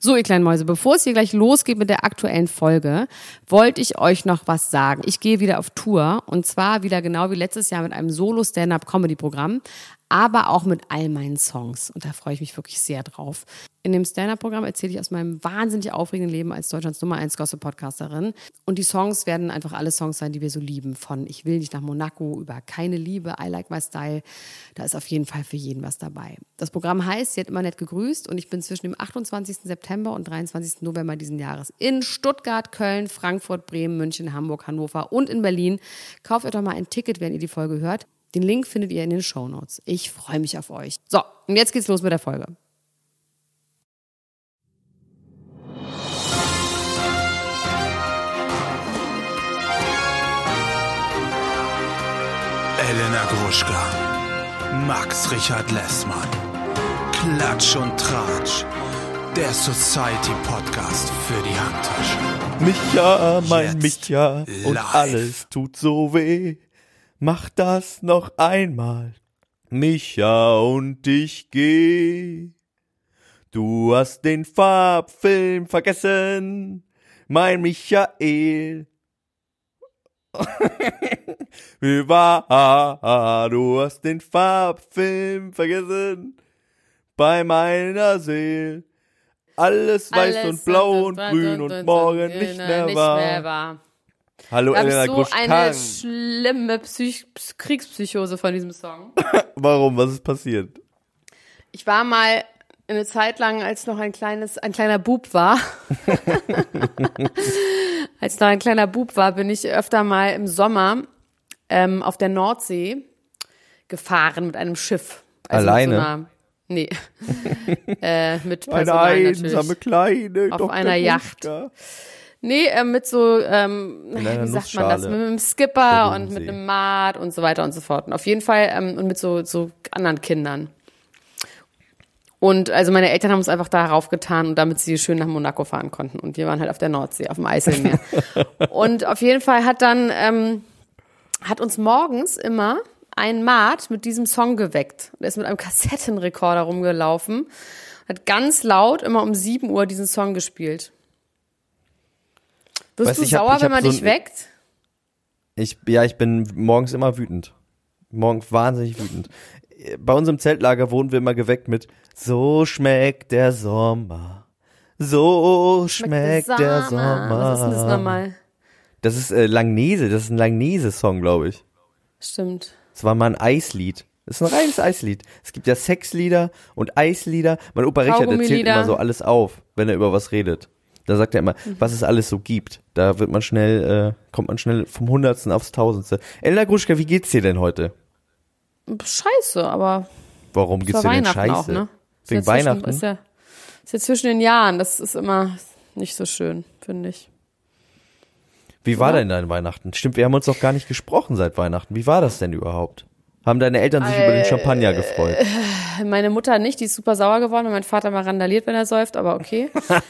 So, ihr kleinen Mäuse, bevor es hier gleich losgeht mit der aktuellen Folge, wollte ich euch noch was sagen. Ich gehe wieder auf Tour und zwar wieder genau wie letztes Jahr mit einem Solo-Stand-Up-Comedy-Programm, aber auch mit all meinen Songs. Und da freue ich mich wirklich sehr drauf. In dem Stand-Up-Programm erzähle ich aus meinem wahnsinnig aufregenden Leben als Deutschlands Nummer 1 Gossip-Podcasterin. Und die Songs werden einfach alle Songs sein, die wir so lieben. Von Ich will nicht nach Monaco über Keine Liebe, I Like My Style. Da ist auf jeden Fall für jeden was dabei. Das Programm heißt, Sie hat immer nett gegrüßt und ich bin zwischen dem 28. September und 23. November diesen Jahres in Stuttgart, Köln, Frankfurt, Bremen, München, Hamburg, Hannover und in Berlin. Kauft euch doch mal ein Ticket, wenn ihr die Folge hört. Den Link findet ihr in den Shownotes. Ich freue mich auf euch. So, und jetzt geht's los mit der Folge. Elena Gruschka, Max Richard Lessmann, Klatsch und Tratsch, der Society-Podcast für die Handtasche. Micha, mein Jetzt Micha, und live. alles tut so weh. Mach das noch einmal, Micha, und ich geh. Du hast den Farbfilm vergessen, mein Michael. Wie war, du hast den Farbfilm vergessen, bei meiner Seele. Alles weiß und blau und grün und morgen nicht mehr wahr. Hallo Da habe ich Elena so Gruschka. eine schlimme Kriegspsychose von diesem Song. Warum? Was ist passiert? Ich war mal eine Zeit lang, als noch ein kleiner Bub war. Als noch ein kleiner Bub war, bin ich öfter mal im Sommer auf der Nordsee gefahren mit einem Schiff. Also Alleine? Mit mit Eine Personal einsame natürlich. kleine Auf Dr. einer Yacht. Gruschka. Nee, mit so, einer wie sagt man das, Nussschale. mit einem Skipper Der und mit Bodensee. einem Maat und so weiter und so fort. Und auf jeden Fall und mit so anderen Kindern. Und also meine Eltern haben uns einfach da raufgetan, und damit sie schön nach Monaco fahren konnten. Und wir waren halt auf der Nordsee, auf dem Eiselmeer. Und auf jeden Fall hat uns morgens immer ein Maat mit diesem Song geweckt. Der ist mit einem Kassettenrekorder rumgelaufen, hat ganz laut immer um 7 Uhr diesen Song gespielt. Wirst Weißt du du, ich hab- sauer, ich wenn hab man so dich ein- weckt? Ich bin morgens immer wütend. Morgens wahnsinnig wütend. Bei uns im Zeltlager wurden wir immer geweckt mit So schmeckt der Sommer. So schmeckt der Sommer. Was ist denn das nochmal? Das ist Langnese, das ist ein Langnese-Song, glaube ich. Stimmt. Das war mal ein Eislied. Das ist ein reines Eislied. Es gibt ja Sexlieder und Eislieder. Mein Opa Richard erzählt Kaugummilieder. immer so alles auf, wenn er über was redet. Da sagt er immer, was es alles so gibt. Da wird man kommt man schnell vom Hundertsten aufs Tausendste. Elena Gruschka, wie geht's dir denn heute? Scheiße, aber Warum es geht's war dir denn Weihnachten scheiße? auch, ne? Wegen Ist ja zwischen- Weihnachten? Ist ja zwischen den Jahren, das ist immer nicht so schön, finde ich. Wie war oder? denn dein Weihnachten? Stimmt, wir haben uns doch gar nicht gesprochen seit Weihnachten. Wie war das denn überhaupt? Haben deine Eltern sich über den Champagner gefreut? Meine Mutter nicht, die ist super sauer geworden, weil mein Vater mal randaliert, wenn er säuft, aber okay.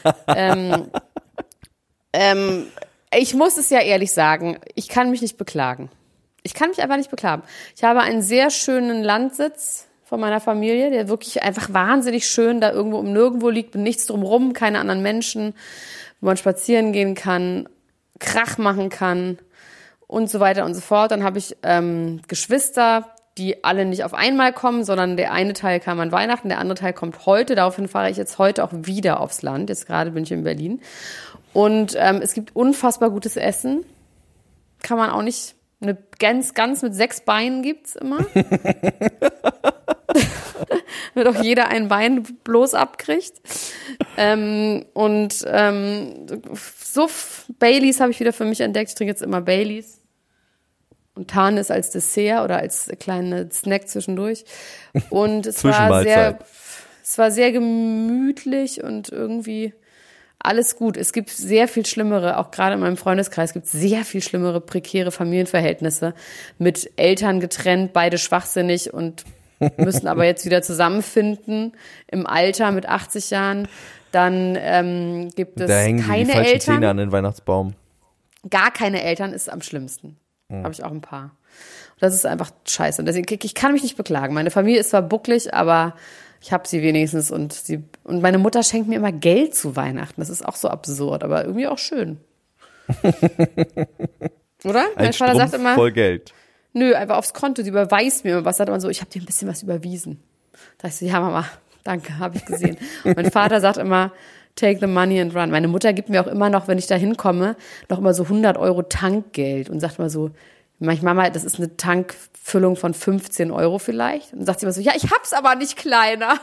Ich muss es ja ehrlich sagen, ich kann mich nicht beklagen. Ich kann mich einfach nicht beklagen. Ich habe einen sehr schönen Landsitz von meiner Familie, der wirklich einfach wahnsinnig schön da irgendwo um nirgendwo liegt, mit nichts drumrum, keine anderen Menschen, wo man spazieren gehen kann, Krach machen kann und so weiter und so fort. Dann habe ich Geschwister, die alle nicht auf einmal kommen, sondern der eine Teil kam an Weihnachten, der andere Teil kommt heute. Daraufhin fahre ich jetzt heute auch wieder aufs Land. Jetzt gerade bin ich in Berlin. Und es gibt unfassbar gutes Essen. Kann man auch nicht. Eine Gans mit 6 Beinen gibt's immer. Damit auch jeder ein Bein bloß abkriegt. Suff, Baileys habe ich wieder für mich entdeckt. Ich trinke jetzt immer Baileys. Und Tarnis als Dessert oder als kleine Snack zwischendurch. Und es war sehr gemütlich und irgendwie alles gut. Es gibt sehr viel schlimmere, auch gerade in meinem Freundeskreis gibt es sehr viel schlimmere, prekäre Familienverhältnisse mit Eltern getrennt, beide schwachsinnig und müssen aber jetzt wieder zusammenfinden im Alter mit 80 Jahren. Dann gibt es Da hängen die keine falschen Eltern. Zähne an den Weihnachtsbaum. Gar keine Eltern ist am schlimmsten. Habe ich auch ein paar. Und das ist einfach scheiße. Und deswegen, ich kann mich nicht beklagen. Meine Familie ist zwar bucklig, aber Ich habe sie wenigstens und meine Mutter schenkt mir immer Geld zu Weihnachten. Das ist auch so absurd, aber irgendwie auch schön. Oder? Mein Vater sagt immer, voll Geld. Nö, einfach aufs Konto, sie überweist mir immer was. Sagt immer so, ich habe dir ein bisschen was überwiesen. Da ich so, ja Mama, danke, habe ich gesehen. Und mein Vater sagt immer, take the money and run. Meine Mutter gibt mir auch immer noch, wenn ich da hinkomme, noch immer so 100 € Tankgeld und sagt immer so, Mama, das ist eine Tankfüllung von 15 € vielleicht. Und sagt sie immer so, ja, ich hab's aber nicht kleiner.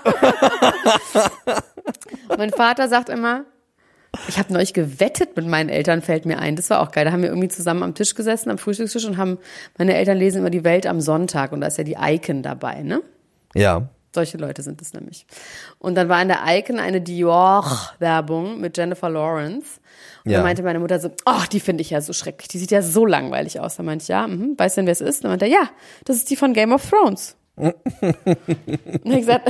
Mein Vater sagt immer, ich habe neulich gewettet mit meinen Eltern, fällt mir ein. Das war auch geil. Da haben wir irgendwie zusammen am Tisch gesessen, am Frühstückstisch und meine Eltern lesen immer die Welt am Sonntag und da ist ja die Icon dabei, ne? Ja. Solche Leute sind es nämlich. Und dann war in der Icon eine Dior-Werbung mit Jennifer Lawrence. Und dann meinte meine Mutter so, die finde ich ja so schrecklich. Die sieht ja so langweilig aus. Da meinte ich, weißt du denn, wer es ist? Und dann meinte er, ja, das ist die von Game of Thrones. Und ich gesagt,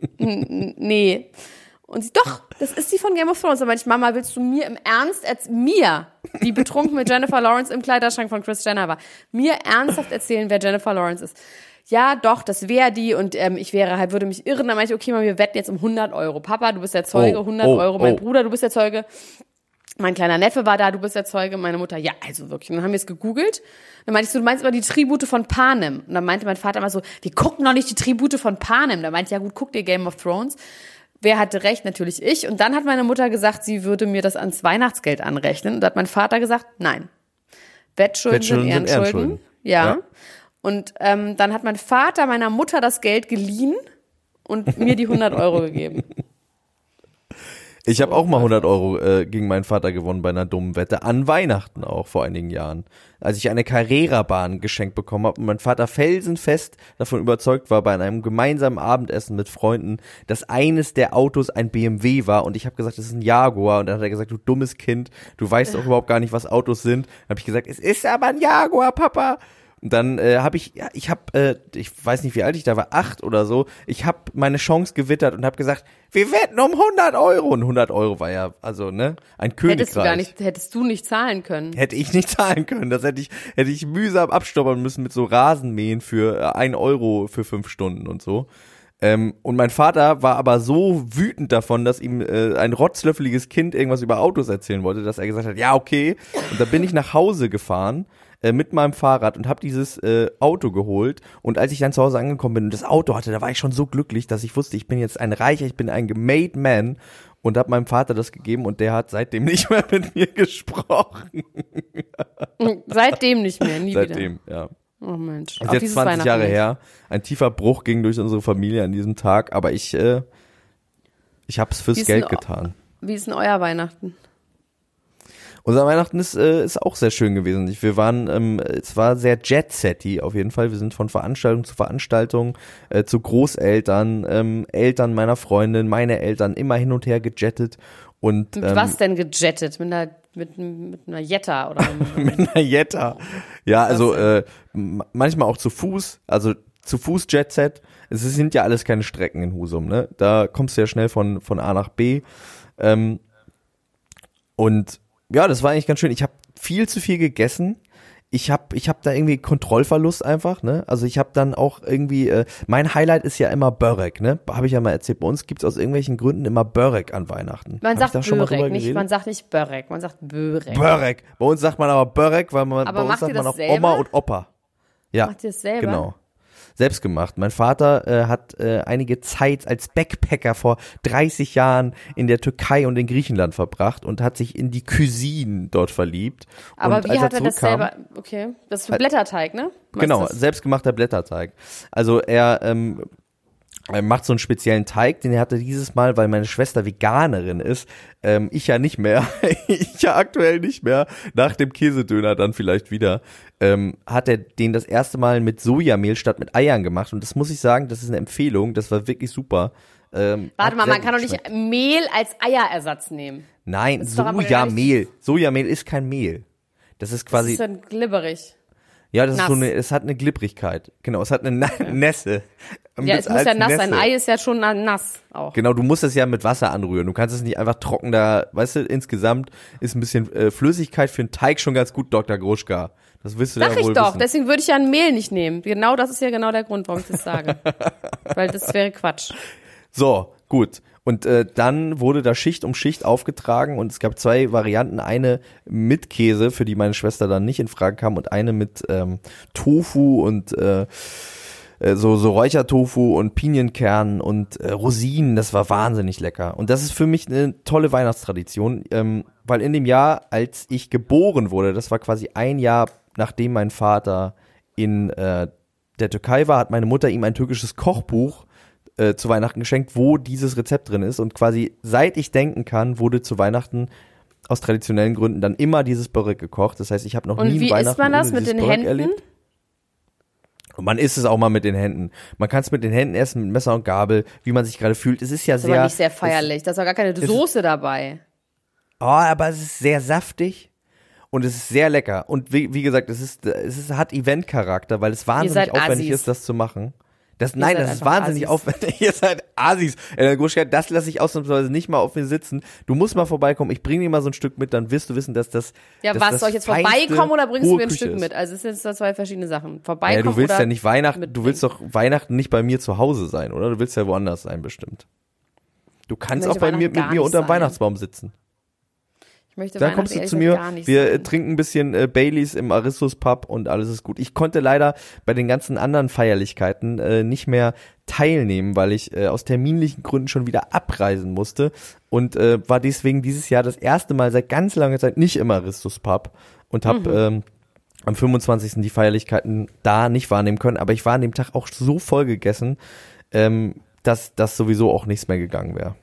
nee. Und sie, doch, das ist die von Game of Thrones. Da meinte ich, Mama, willst du mir im Ernst, die betrunken mit Jennifer Lawrence im Kleiderschrank von Kris Jenner war, mir ernsthaft erzählen, wer Jennifer Lawrence ist? Ja, doch, das wäre die und ich würde mich irren. Dann meinte ich, okay, Mama, wir wetten jetzt um 100 €. Papa, du bist der Zeuge, 100 €. Mein Bruder, du bist der Zeuge. Mein kleiner Neffe war da, du bist der Zeuge. Meine Mutter, ja, also wirklich. Und dann haben wir es gegoogelt. Dann meinte ich so, du meinst immer die Tribute von Panem. Und dann meinte mein Vater immer so, wir gucken noch nicht die Tribute von Panem. Da meinte ich, ja gut, guck dir Game of Thrones. Wer hatte recht? Natürlich ich. Und dann hat meine Mutter gesagt, sie würde mir das ans Weihnachtsgeld anrechnen. Und da hat mein Vater gesagt, nein. Wettschulden sind Ehrenschulden. Ja. Und dann hat mein Vater meiner Mutter das Geld geliehen und mir die 100 € gegeben. Ich habe auch mal 100 € gegen meinen Vater gewonnen bei einer dummen Wette, an Weihnachten auch vor einigen Jahren. Als ich eine Carrera-Bahn geschenkt bekommen habe und mein Vater felsenfest davon überzeugt war, bei einem gemeinsamen Abendessen mit Freunden, dass eines der Autos ein BMW war und ich habe gesagt, das ist ein Jaguar und dann hat er gesagt, du dummes Kind, du weißt doch überhaupt gar nicht, was Autos sind. Dann habe ich gesagt, es ist aber ein Jaguar, Papa. Und dann ich weiß nicht, wie alt ich da war, 8 oder so, ich habe meine Chance gewittert und habe gesagt, wir wetten um 100 €. Und 100 € war ja, also, ne, ein Königreich. Hättest du nicht zahlen können. Hätte ich nicht zahlen können, das hätte ich mühsam abstoppern müssen mit so Rasenmähen für 1 € für 5 Stunden und so. Und mein Vater war aber so wütend davon, dass ihm ein rotzlöffeliges Kind irgendwas über Autos erzählen wollte, dass er gesagt hat, ja, okay. Und da bin ich nach Hause gefahren mit meinem Fahrrad und habe dieses Auto geholt. Und als ich dann zu Hause angekommen bin und das Auto hatte, da war ich schon so glücklich, dass ich wusste, ich bin jetzt ein Reicher, ich bin ein made man und habe meinem Vater das gegeben und der hat seitdem nicht mehr mit mir gesprochen. Seitdem nicht mehr, nie wieder. Seitdem, ja. Oh Mensch. Das ist jetzt 20 Jahre her. Ein tiefer Bruch ging durch unsere Familie an diesem Tag, aber ich habe es fürs Geld getan. Wie ist denn euer Weihnachten? Unser Weihnachten ist auch sehr schön gewesen. Wir waren, es war sehr jet-setty auf jeden Fall. Wir sind von Veranstaltung zu Veranstaltung zu Großeltern, Eltern meiner Freundin, meine Eltern, immer hin und her gejettet. Und, mit was denn gejettet? Mit einer Jetta oder? Mit einer Jetta. Ja, also manchmal auch zu Fuß, also zu Fuß Jet-Set. Es sind ja alles keine Strecken in Husum, ne? Da kommst du ja schnell von A nach B. Und ja, das war eigentlich ganz schön. Ich habe viel zu viel gegessen. Ich hab da irgendwie Kontrollverlust einfach, ne? Also ich habe dann auch irgendwie, mein Highlight ist ja immer Börek, ne? Habe ich ja mal erzählt. Bei uns gibt's aus irgendwelchen Gründen immer Börek an Weihnachten. Man sagt Börek, man sagt nicht Börek, man sagt Börek. Börek. Bei uns sagt man aber Börek, weil bei uns sagt man auch selber? Oma und Opa. Ja. Macht ihr es selber? Genau. Selbst gemacht. Mein Vater hat einige Zeit als Backpacker vor 30 Jahren in der Türkei und in Griechenland verbracht und hat sich in die Cuisine dort verliebt. Aber und wie hat er das selber? Okay, das ist ein Blätterteig, ne? Genau, selbstgemachter Blätterteig. Also er macht so einen speziellen Teig, den er hatte dieses Mal, weil meine Schwester Veganerin ist, ich ja nicht mehr, ich ja aktuell nicht mehr, nach dem Käsedöner dann vielleicht wieder, hat er den das erste Mal mit Sojamehl statt mit Eiern gemacht und das muss ich sagen, das ist eine Empfehlung, das war wirklich super. Warte mal, man kann doch nicht Mehl als Eierersatz nehmen. Nein, Sojamehl. Sojamehl ist kein Mehl. Das ist quasi. Das ist dann glibberig. Ja, das ist es hat eine Glibbrigkeit. Genau, es hat eine Nässe. Ja, es muss ja nass sein. Ei ist ja schon nass auch. Genau, du musst es ja mit Wasser anrühren. Du kannst es nicht einfach trocken da, weißt du, insgesamt ist ein bisschen Flüssigkeit für einen Teig schon ganz gut, Dr. Gruschka. Das wirst du ja wohl wissen. Sag ich doch, deswegen würde ich ja ein Mehl nicht nehmen. Genau, das ist ja genau der Grund, warum ich das sage. Weil das wäre Quatsch. So, gut. Und dann wurde da Schicht um Schicht aufgetragen und es gab 2 Varianten. Eine mit Käse, für die meine Schwester dann nicht in Frage kam, und eine mit Tofu und so Räuchertofu und Pinienkernen und Rosinen. Das war wahnsinnig lecker. Und das ist für mich eine tolle Weihnachtstradition, weil in dem Jahr, als ich geboren wurde, das war quasi ein Jahr, nachdem mein Vater in der Türkei war, hat meine Mutter ihm ein türkisches Kochbuch zu Weihnachten geschenkt, wo dieses Rezept drin ist, und quasi seit ich denken kann, wurde zu Weihnachten aus traditionellen Gründen dann immer dieses Börek gekocht. Das heißt, ich habe noch nie ein Weihnachten ohne dieses Börek erlebt. Und wie isst man das mit den Händen? Und man isst es auch mal mit den Händen. Man kann es mit den Händen essen, mit Messer und Gabel, wie man sich gerade fühlt. Es ist ja das ist aber nicht sehr feierlich. Da ist auch gar keine Soße dabei. Oh, aber es ist sehr saftig. Und es ist sehr lecker. Und wie gesagt, es hat Event-Charakter, weil es wahnsinnig aufwendig ist, das zu machen. Das ist wahnsinnig aufwendig. Ihr seid Asis. Das lasse ich ausnahmsweise nicht mal auf mir sitzen. Du musst mal vorbeikommen. Ich bringe dir mal so ein Stück mit, dann wirst du wissen, dass das. Ja, dass was das soll ich jetzt vorbeikommen oder bringst du mir ein Küche Stück ist. mit? Also es sind jetzt 2 verschiedene Sachen. Vorbeikommen. Ja, du willst oder ja nicht Weihnachten. mitbringen. Du willst doch Weihnachten nicht bei mir zu Hause sein, oder? Du willst ja woanders sein, bestimmt. Du kannst auch bei mir mit mir unterm Weihnachtsbaum sitzen. Ich möchte Dann kommst du zu mir, wir trinken ein bisschen Baileys im Aristos Pub und alles ist gut. Ich konnte leider bei den ganzen anderen Feierlichkeiten nicht mehr teilnehmen, weil ich aus terminlichen Gründen schon wieder abreisen musste und war deswegen dieses Jahr das erste Mal seit ganz langer Zeit nicht im Aristos Pub und habe am 25. die Feierlichkeiten da nicht wahrnehmen können, aber ich war an dem Tag auch so voll gegessen, dass das sowieso auch nichts mehr gegangen wäre.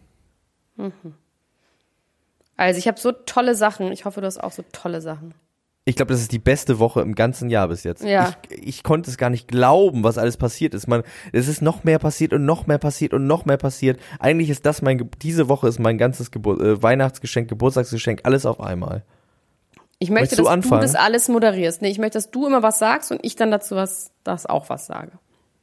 Also ich habe so tolle Sachen. Ich hoffe, du hast auch so tolle Sachen. Ich glaube, das ist die beste Woche im ganzen Jahr bis jetzt. Ja. Ich konnte es gar nicht glauben, was alles passiert ist. Es ist noch mehr passiert und noch mehr passiert und noch mehr passiert. Eigentlich ist das diese Woche ist mein ganzes Weihnachtsgeschenk, Geburtstagsgeschenk, alles auf einmal. Ich möchte, dass du das alles moderierst. Nee, ich möchte, dass du immer was sagst und ich dann dazu auch was sage.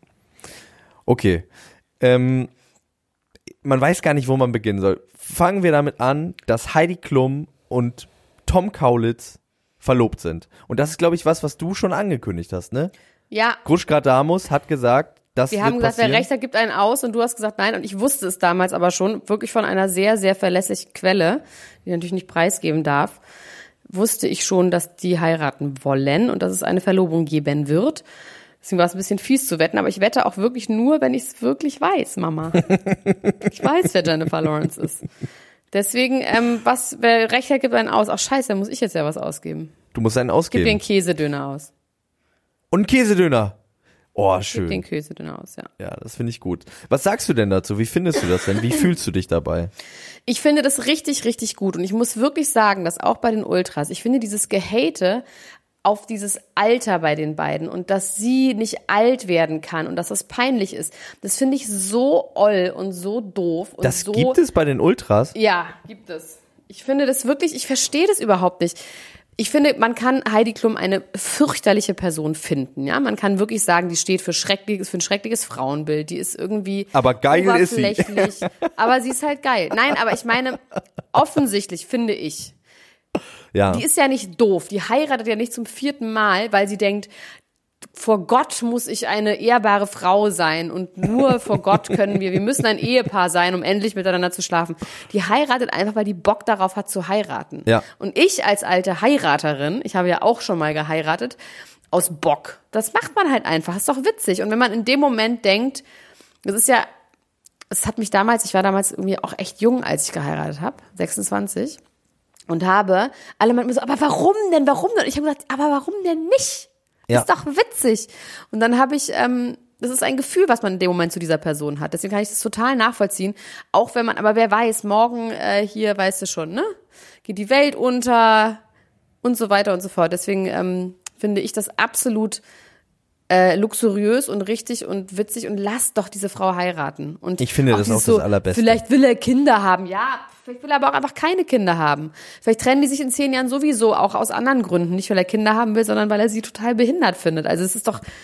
Okay. Man weiß gar nicht, wo man beginnen soll. Fangen wir damit an, dass Heidi Klum und Tom Kaulitz verlobt sind. Und das ist, glaube ich, was du schon angekündigt hast, ne? Ja. Gruschka-Damus hat gesagt, das wird passieren. Wir haben gesagt, wer recht hat, gibt einen aus, und du hast gesagt nein, und ich wusste es damals aber schon, wirklich von einer sehr, sehr verlässlichen Quelle, die ich natürlich nicht preisgeben darf, wusste ich schon, dass die heiraten wollen und dass es eine Verlobung geben wird. Deswegen war es ein bisschen fies zu wetten, aber ich wette auch wirklich nur, wenn ich es wirklich weiß, Mama. Ich weiß, wer Jennifer Lawrence ist. Deswegen, wer recht hat, gibt einen aus. Ach scheiße, da muss ich jetzt ja was ausgeben. Du musst einen ausgeben. Gib dir einen Käsedöner aus. Und einen Käsedöner. Oh, schön. Gib den Käsedöner aus, ja. Ja, das finde ich gut. Was sagst du denn dazu? Wie findest du das denn? Wie fühlst du dich dabei? Ich finde das richtig, richtig gut. Und ich muss wirklich sagen, dass auch bei den Ultras, ich finde dieses Gehate auf dieses Alter bei den beiden und dass sie nicht alt werden kann und dass das peinlich ist, das finde ich so oll und so doof. Und das gibt es bei den Ultras? Ja, gibt es. Ich finde das wirklich, ich verstehe das überhaupt nicht. Ich finde, man kann Heidi Klum eine fürchterliche Person finden, ja. Man kann wirklich sagen, die steht für ein schreckliches Frauenbild. Die ist irgendwie aber geil oberflächlich. Ist sie. Aber sie ist halt geil. Nein, aber ich meine, offensichtlich finde ich, ja. Die ist ja nicht doof. Die heiratet ja nicht zum 4. Mal, weil sie denkt, vor Gott muss ich eine ehrbare Frau sein und nur vor Gott wir müssen ein Ehepaar sein, um endlich miteinander zu schlafen. Die heiratet einfach, weil die Bock darauf hat zu heiraten. Ja. Und ich als alte Heiraterin, ich habe ja auch schon mal geheiratet, aus Bock. Das macht man halt einfach. Das ist doch witzig. Und wenn man in dem Moment denkt, es war damals irgendwie auch echt jung, als ich geheiratet habe, 26. Und alle meinten mir so, aber warum denn? Und ich habe gesagt, aber warum denn nicht? Ja. Ist doch witzig. Und dann habe ich, das ist ein Gefühl, was man in dem Moment zu dieser Person hat. Deswegen kann ich das total nachvollziehen. Auch wenn aber wer weiß, morgen hier, weißt du schon, ne? Geht die Welt unter und so weiter und so fort. Deswegen finde ich das absolut luxuriös und richtig und witzig und lass doch diese Frau heiraten. Und ich finde das auch das Allerbeste. Vielleicht will er Kinder haben, ja, vielleicht will er aber auch einfach keine Kinder haben. Vielleicht trennen die sich in 10 Jahren sowieso, auch aus anderen Gründen. Nicht, weil er Kinder haben will, sondern weil er sie total behindert findet. Also es ist doch,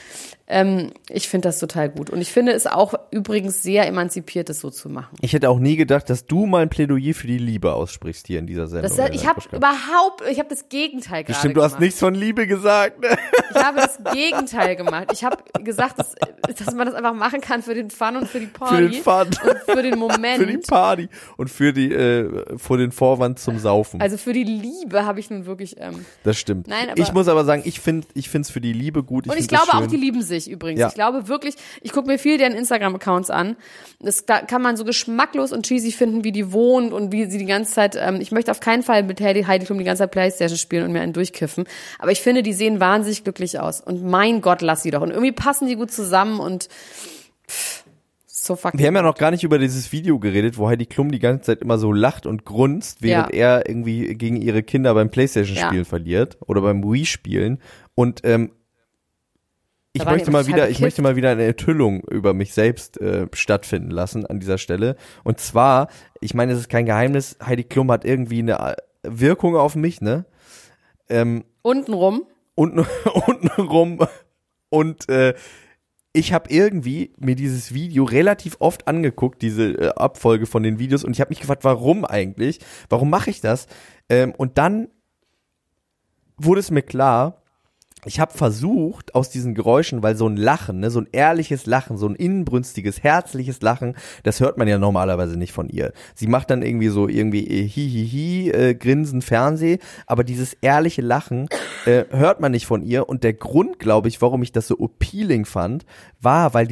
Ich finde das total gut. Und ich finde es auch übrigens sehr emanzipiert, das so zu machen. Ich hätte auch nie gedacht, dass du mal ein Plädoyer für die Liebe aussprichst hier in dieser Sendung. Ich habe das Gegenteil gerade Stimmt, du hast nichts von Liebe gesagt. Ne? Ich habe das Gegenteil gemacht. Ich habe gesagt, dass man das einfach machen kann für den Fun und für die Party. Für den Fun. Und für den Moment. Für die Party. Und für vor den Vorwand zum Saufen. Also für die Liebe habe ich nun wirklich... das stimmt. Nein, aber ich muss aber sagen, ich find's für die Liebe gut. Und ich glaube auch, die lieben sich übrigens. Ja. Ich glaube wirklich, ich gucke mir viel deren Instagram-Accounts an. Da kann man so geschmacklos und cheesy finden, wie die wohnt und wie sie die ganze Zeit, ich möchte auf keinen Fall mit Heidi Klum die ganze Zeit Playstation spielen und mir einen durchkiffen. Aber ich finde, die sehen wahnsinnig glücklich aus. Und mein Gott, lass sie doch. Und irgendwie passen die gut zusammen und so fucking. Wir haben ja noch gar nicht über dieses Video geredet, wo Heidi Klum die ganze Zeit immer so lacht und grunzt, während er irgendwie gegen ihre Kinder beim Playstation-Spielen verliert oder beim Wii-Spielen. Und ich möchte mal wieder eine Enthüllung über mich selbst stattfinden lassen an dieser Stelle. Und zwar, ich meine, es ist kein Geheimnis, Heidi Klum hat irgendwie eine Wirkung auf mich, ne? Untenrum. Untenrum. Und ich habe irgendwie mir dieses Video relativ oft angeguckt, diese Abfolge von den Videos. Und ich habe mich gefragt, warum eigentlich? Warum mache ich das? Und dann wurde es mir klar, ich habe versucht, aus diesen Geräuschen, weil so ein Lachen, ne, so ein ehrliches Lachen, so ein inbrünstiges, herzliches Lachen, das hört man ja normalerweise nicht von ihr. Sie macht dann irgendwie hihihi, Grinsen, Fernseh, aber dieses ehrliche Lachen hört man nicht von ihr. Und der Grund, glaube ich, warum ich das so appealing fand, war, weil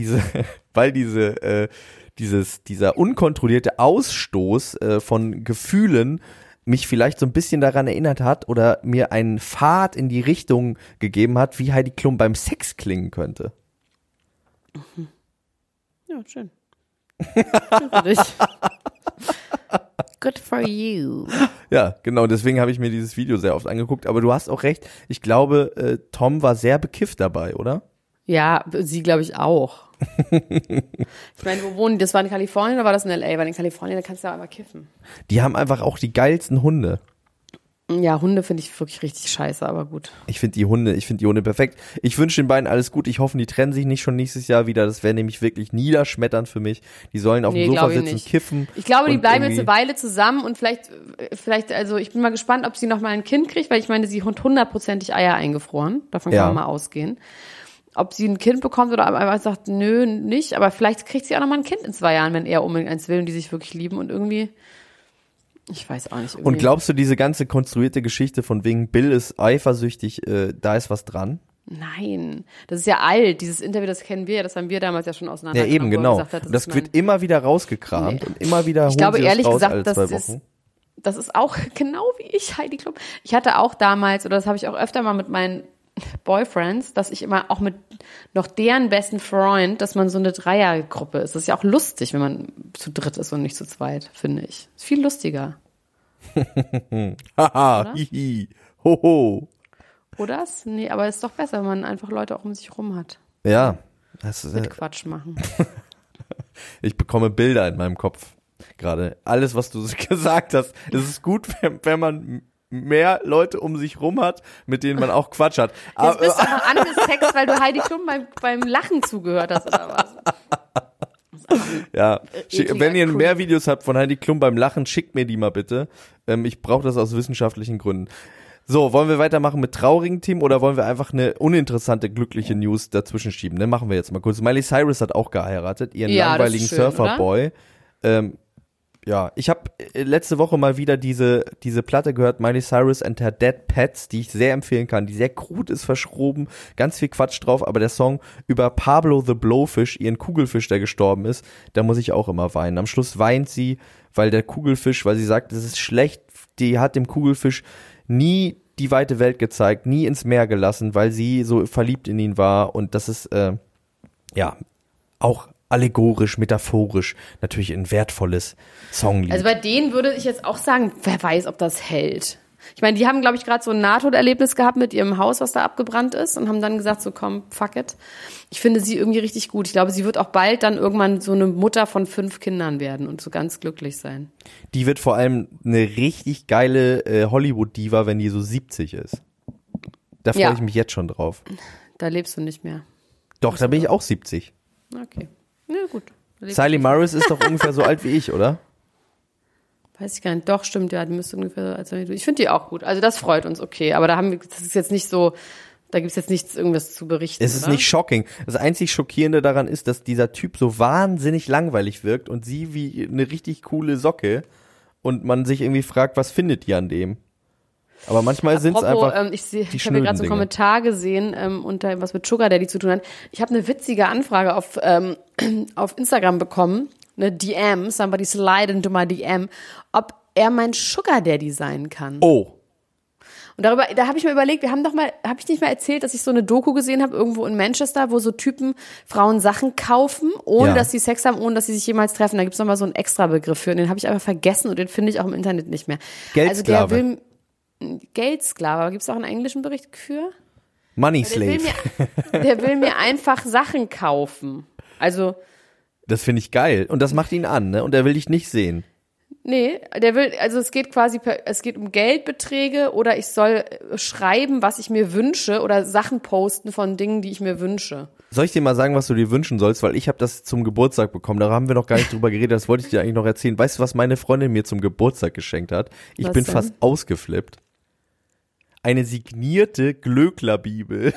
dieser unkontrollierte Ausstoß von Gefühlen mich vielleicht so ein bisschen daran erinnert hat oder mir einen Pfad in die Richtung gegeben hat, wie Heidi Klum beim Sex klingen könnte. Ja, schön. Schön für dich. Good for you. Ja, genau, deswegen habe ich mir dieses Video sehr oft angeguckt, aber du hast auch recht, ich glaube, Tom war sehr bekifft dabei, oder? Ja, sie glaube ich auch. Ich meine, wo wohnen die? Das war in Kalifornien oder war das in L.A.? Weil in Kalifornien, da kannst du ja einmal kiffen. Die haben einfach auch die geilsten Hunde. Ja, Hunde finde ich wirklich richtig scheiße, aber gut. Ich finde die Hunde perfekt. Ich wünsche den beiden alles gut. Ich hoffe, die trennen sich nicht schon nächstes Jahr wieder. Das wäre nämlich wirklich niederschmetternd für mich. Die sollen auf dem Sofa sitzen, kiffen. Ich glaube, die bleiben jetzt eine Weile zusammen und vielleicht, also ich bin mal gespannt, ob sie noch mal ein Kind kriegt, weil ich meine, sie hat 100%ig Eier eingefroren. Davon kann man mal ausgehen. Ob sie ein Kind bekommt oder einfach sagt, nö, nicht. Aber vielleicht kriegt sie auch noch mal ein Kind in 2 Jahren, wenn er unbedingt eins will und die sich wirklich lieben und irgendwie, ich weiß auch nicht. Irgendwie. Und glaubst du, diese ganze konstruierte Geschichte von wegen Bill ist eifersüchtig, da ist was dran? Nein, das ist ja alt. Dieses Interview, das kennen wir ja, das haben wir damals ja schon auseinandergenommen. Ja, eben, genau. Das wird immer wieder rausgekramt und immer wieder ich glaube, ehrlich raus, gesagt, das ist auch genau wie ich, Heidi Klum. Ich hatte auch damals, oder das habe ich auch öfter mal mit meinen Boyfriends, dass ich immer auch mit noch deren besten Freund, dass man so eine Dreiergruppe ist. Das ist ja auch lustig, wenn man zu dritt ist und nicht zu zweit, finde ich. Ist viel lustiger. Haha, hihi, hoho. Oder? Nee, aber es ist doch besser, wenn man einfach Leute auch um sich rum hat. Ja. Mit Quatsch machen. Ich bekomme Bilder in meinem Kopf gerade. Alles, was du gesagt hast. Es ist gut, wenn man mehr Leute um sich rum hat, mit denen man auch Quatsch hat. Jetzt bist du noch angesext, weil du Heidi Klum beim Lachen zugehört hast, oder was? Ja, wenn ihr mehr Videos habt von Heidi Klum beim Lachen, schickt mir die mal bitte. Ich brauche das aus wissenschaftlichen Gründen. So, wollen wir weitermachen mit traurigen Themen oder wollen wir einfach eine uninteressante, glückliche News dazwischen schieben? Ne, machen wir jetzt mal kurz. Miley Cyrus hat auch geheiratet, ihren langweiligen Surferboy. Ja, ich habe letzte Woche mal wieder diese Platte gehört, Miley Cyrus and Her Dead Pets, die ich sehr empfehlen kann, die sehr krud ist, verschroben, ganz viel Quatsch drauf, aber der Song über Pablo the Blowfish, ihren Kugelfisch, der gestorben ist, da muss ich auch immer weinen. Am Schluss weint sie, weil der Kugelfisch, weil sie sagt, das ist schlecht, die hat dem Kugelfisch nie die weite Welt gezeigt, nie ins Meer gelassen, weil sie so verliebt in ihn war und das ist, auch allegorisch, metaphorisch, natürlich ein wertvolles Songlied. Also bei denen würde ich jetzt auch sagen, wer weiß, ob das hält. Ich meine, die haben, glaube ich, gerade so ein Nahtoderlebnis gehabt mit ihrem Haus, was da abgebrannt ist und haben dann gesagt, so komm, fuck it. Ich finde sie irgendwie richtig gut. Ich glaube, sie wird auch bald dann irgendwann so eine Mutter von 5 Kindern werden und so ganz glücklich sein. Die wird vor allem eine richtig geile Hollywood-Diva, wenn die so 70 ist. Da freue ich mich jetzt schon drauf. Da lebst du nicht mehr. Doch, da bin ich auch 70. Okay. Na gut. Sally Maris ist doch ungefähr so alt wie ich, oder? Weiß ich gar nicht. Doch, stimmt, ja, die müsste ungefähr so alt sein wie du. Ich finde die auch gut. Also das freut uns, okay. Aber das ist jetzt nicht so, da gibt's jetzt nichts irgendwas zu berichten. Es ist nicht shocking. Das einzig Schockierende daran ist, dass dieser Typ so wahnsinnig langweilig wirkt und sie wie eine richtig coole Socke und man sich irgendwie fragt, was findet ihr an dem? Aber manchmal sind es einfach ich habe gerade so einen Kommentar gesehen, unter was mit Sugar Daddy zu tun hat. Ich habe eine witzige Anfrage auf Instagram bekommen, eine DM, somebody slide into my DM, ob er mein Sugar Daddy sein kann. Oh. Und da habe ich mir überlegt, habe ich nicht mal erzählt, dass ich so eine Doku gesehen habe, irgendwo in Manchester, wo so Typen Frauen Sachen kaufen, ohne dass sie Sex haben, ohne dass sie sich jemals treffen. Da gibt's nochmal so einen extra Begriff für, und den habe ich aber vergessen und den finde ich auch im Internet nicht mehr. Geldsklave. Also Geldsklave, aber gibt's auch einen englischen Bericht für? Money Slave. Der will mir einfach Sachen kaufen. Also. Das finde ich geil. Und das macht ihn an, ne? Und er will dich nicht sehen. Nee, es geht um Geldbeträge oder ich soll schreiben, was ich mir wünsche oder Sachen posten von Dingen, die ich mir wünsche. Soll ich dir mal sagen, was du dir wünschen sollst? Weil ich habe das zum Geburtstag bekommen. Da haben wir noch gar nicht drüber geredet. Das wollte ich dir eigentlich noch erzählen. Weißt du, was meine Freundin mir zum Geburtstag geschenkt hat? Ich bin fast ausgeflippt. Eine signierte Glöcklerbibel.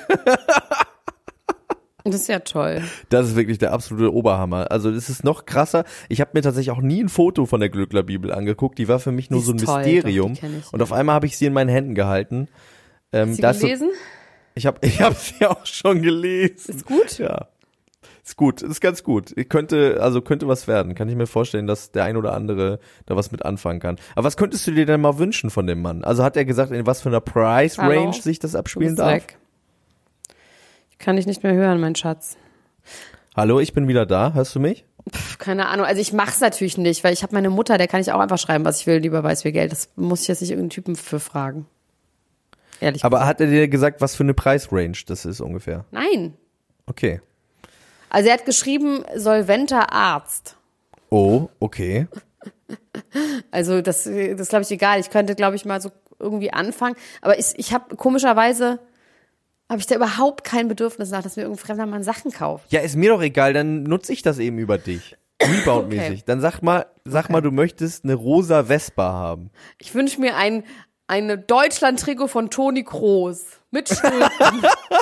Das ist ja toll. Das ist wirklich der absolute Oberhammer. Also das ist noch krasser. Ich habe mir tatsächlich auch nie ein Foto von der Glöcklerbibel angeguckt. Die war für mich nur so ein Mysterium. Doch, und auf einmal habe ich sie in meinen Händen gehalten. Hast du sie gelesen? Ich hab sie auch schon gelesen. Ist gut? Ja. Ist gut, ist ganz gut. Könnte was werden. Kann ich mir vorstellen, dass der ein oder andere da was mit anfangen kann. Aber was könntest du dir denn mal wünschen von dem Mann? Also hat er gesagt, in was für einer Price Range sich das abspielen darf? Weg. Ich kann dich nicht mehr hören, mein Schatz. Hallo, ich bin wieder da. Hörst du mich? Keine Ahnung. Also ich mach's natürlich nicht, weil ich habe meine Mutter, der kann ich auch einfach schreiben, was ich will, lieber weiß wie Geld. Das muss ich jetzt nicht irgendeinen Typen für fragen. Ehrlich gesagt. Aber hat er dir gesagt, was für eine Price Range das ist ungefähr? Nein. Okay. Also er hat geschrieben, solventer Arzt. Oh, okay. Also das glaube ich egal. Ich könnte, glaube ich, mal so irgendwie anfangen. Aber ich habe komischerweise, habe ich da überhaupt kein Bedürfnis nach, dass mir irgendein fremder Mann Sachen kauft. Ja, ist mir doch egal. Dann nutze ich das eben über dich. Rebound-mäßig. Okay. Dann sag mal, du möchtest eine rosa Vespa haben. Ich wünsche mir ein Deutschland-Trikot von Toni Kroos. Mit Stulpen.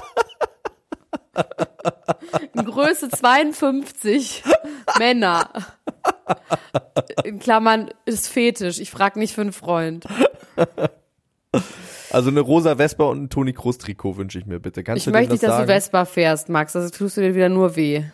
In Größe 52 Männer. In Klammern ist Fetisch. Ich frage nicht für einen Freund. Also eine rosa Vespa und ein Toni Kroos Trikot wünsche ich mir bitte. Ich möchte nicht, dass du Vespa fährst, Max. Das tust du dir wieder nur weh.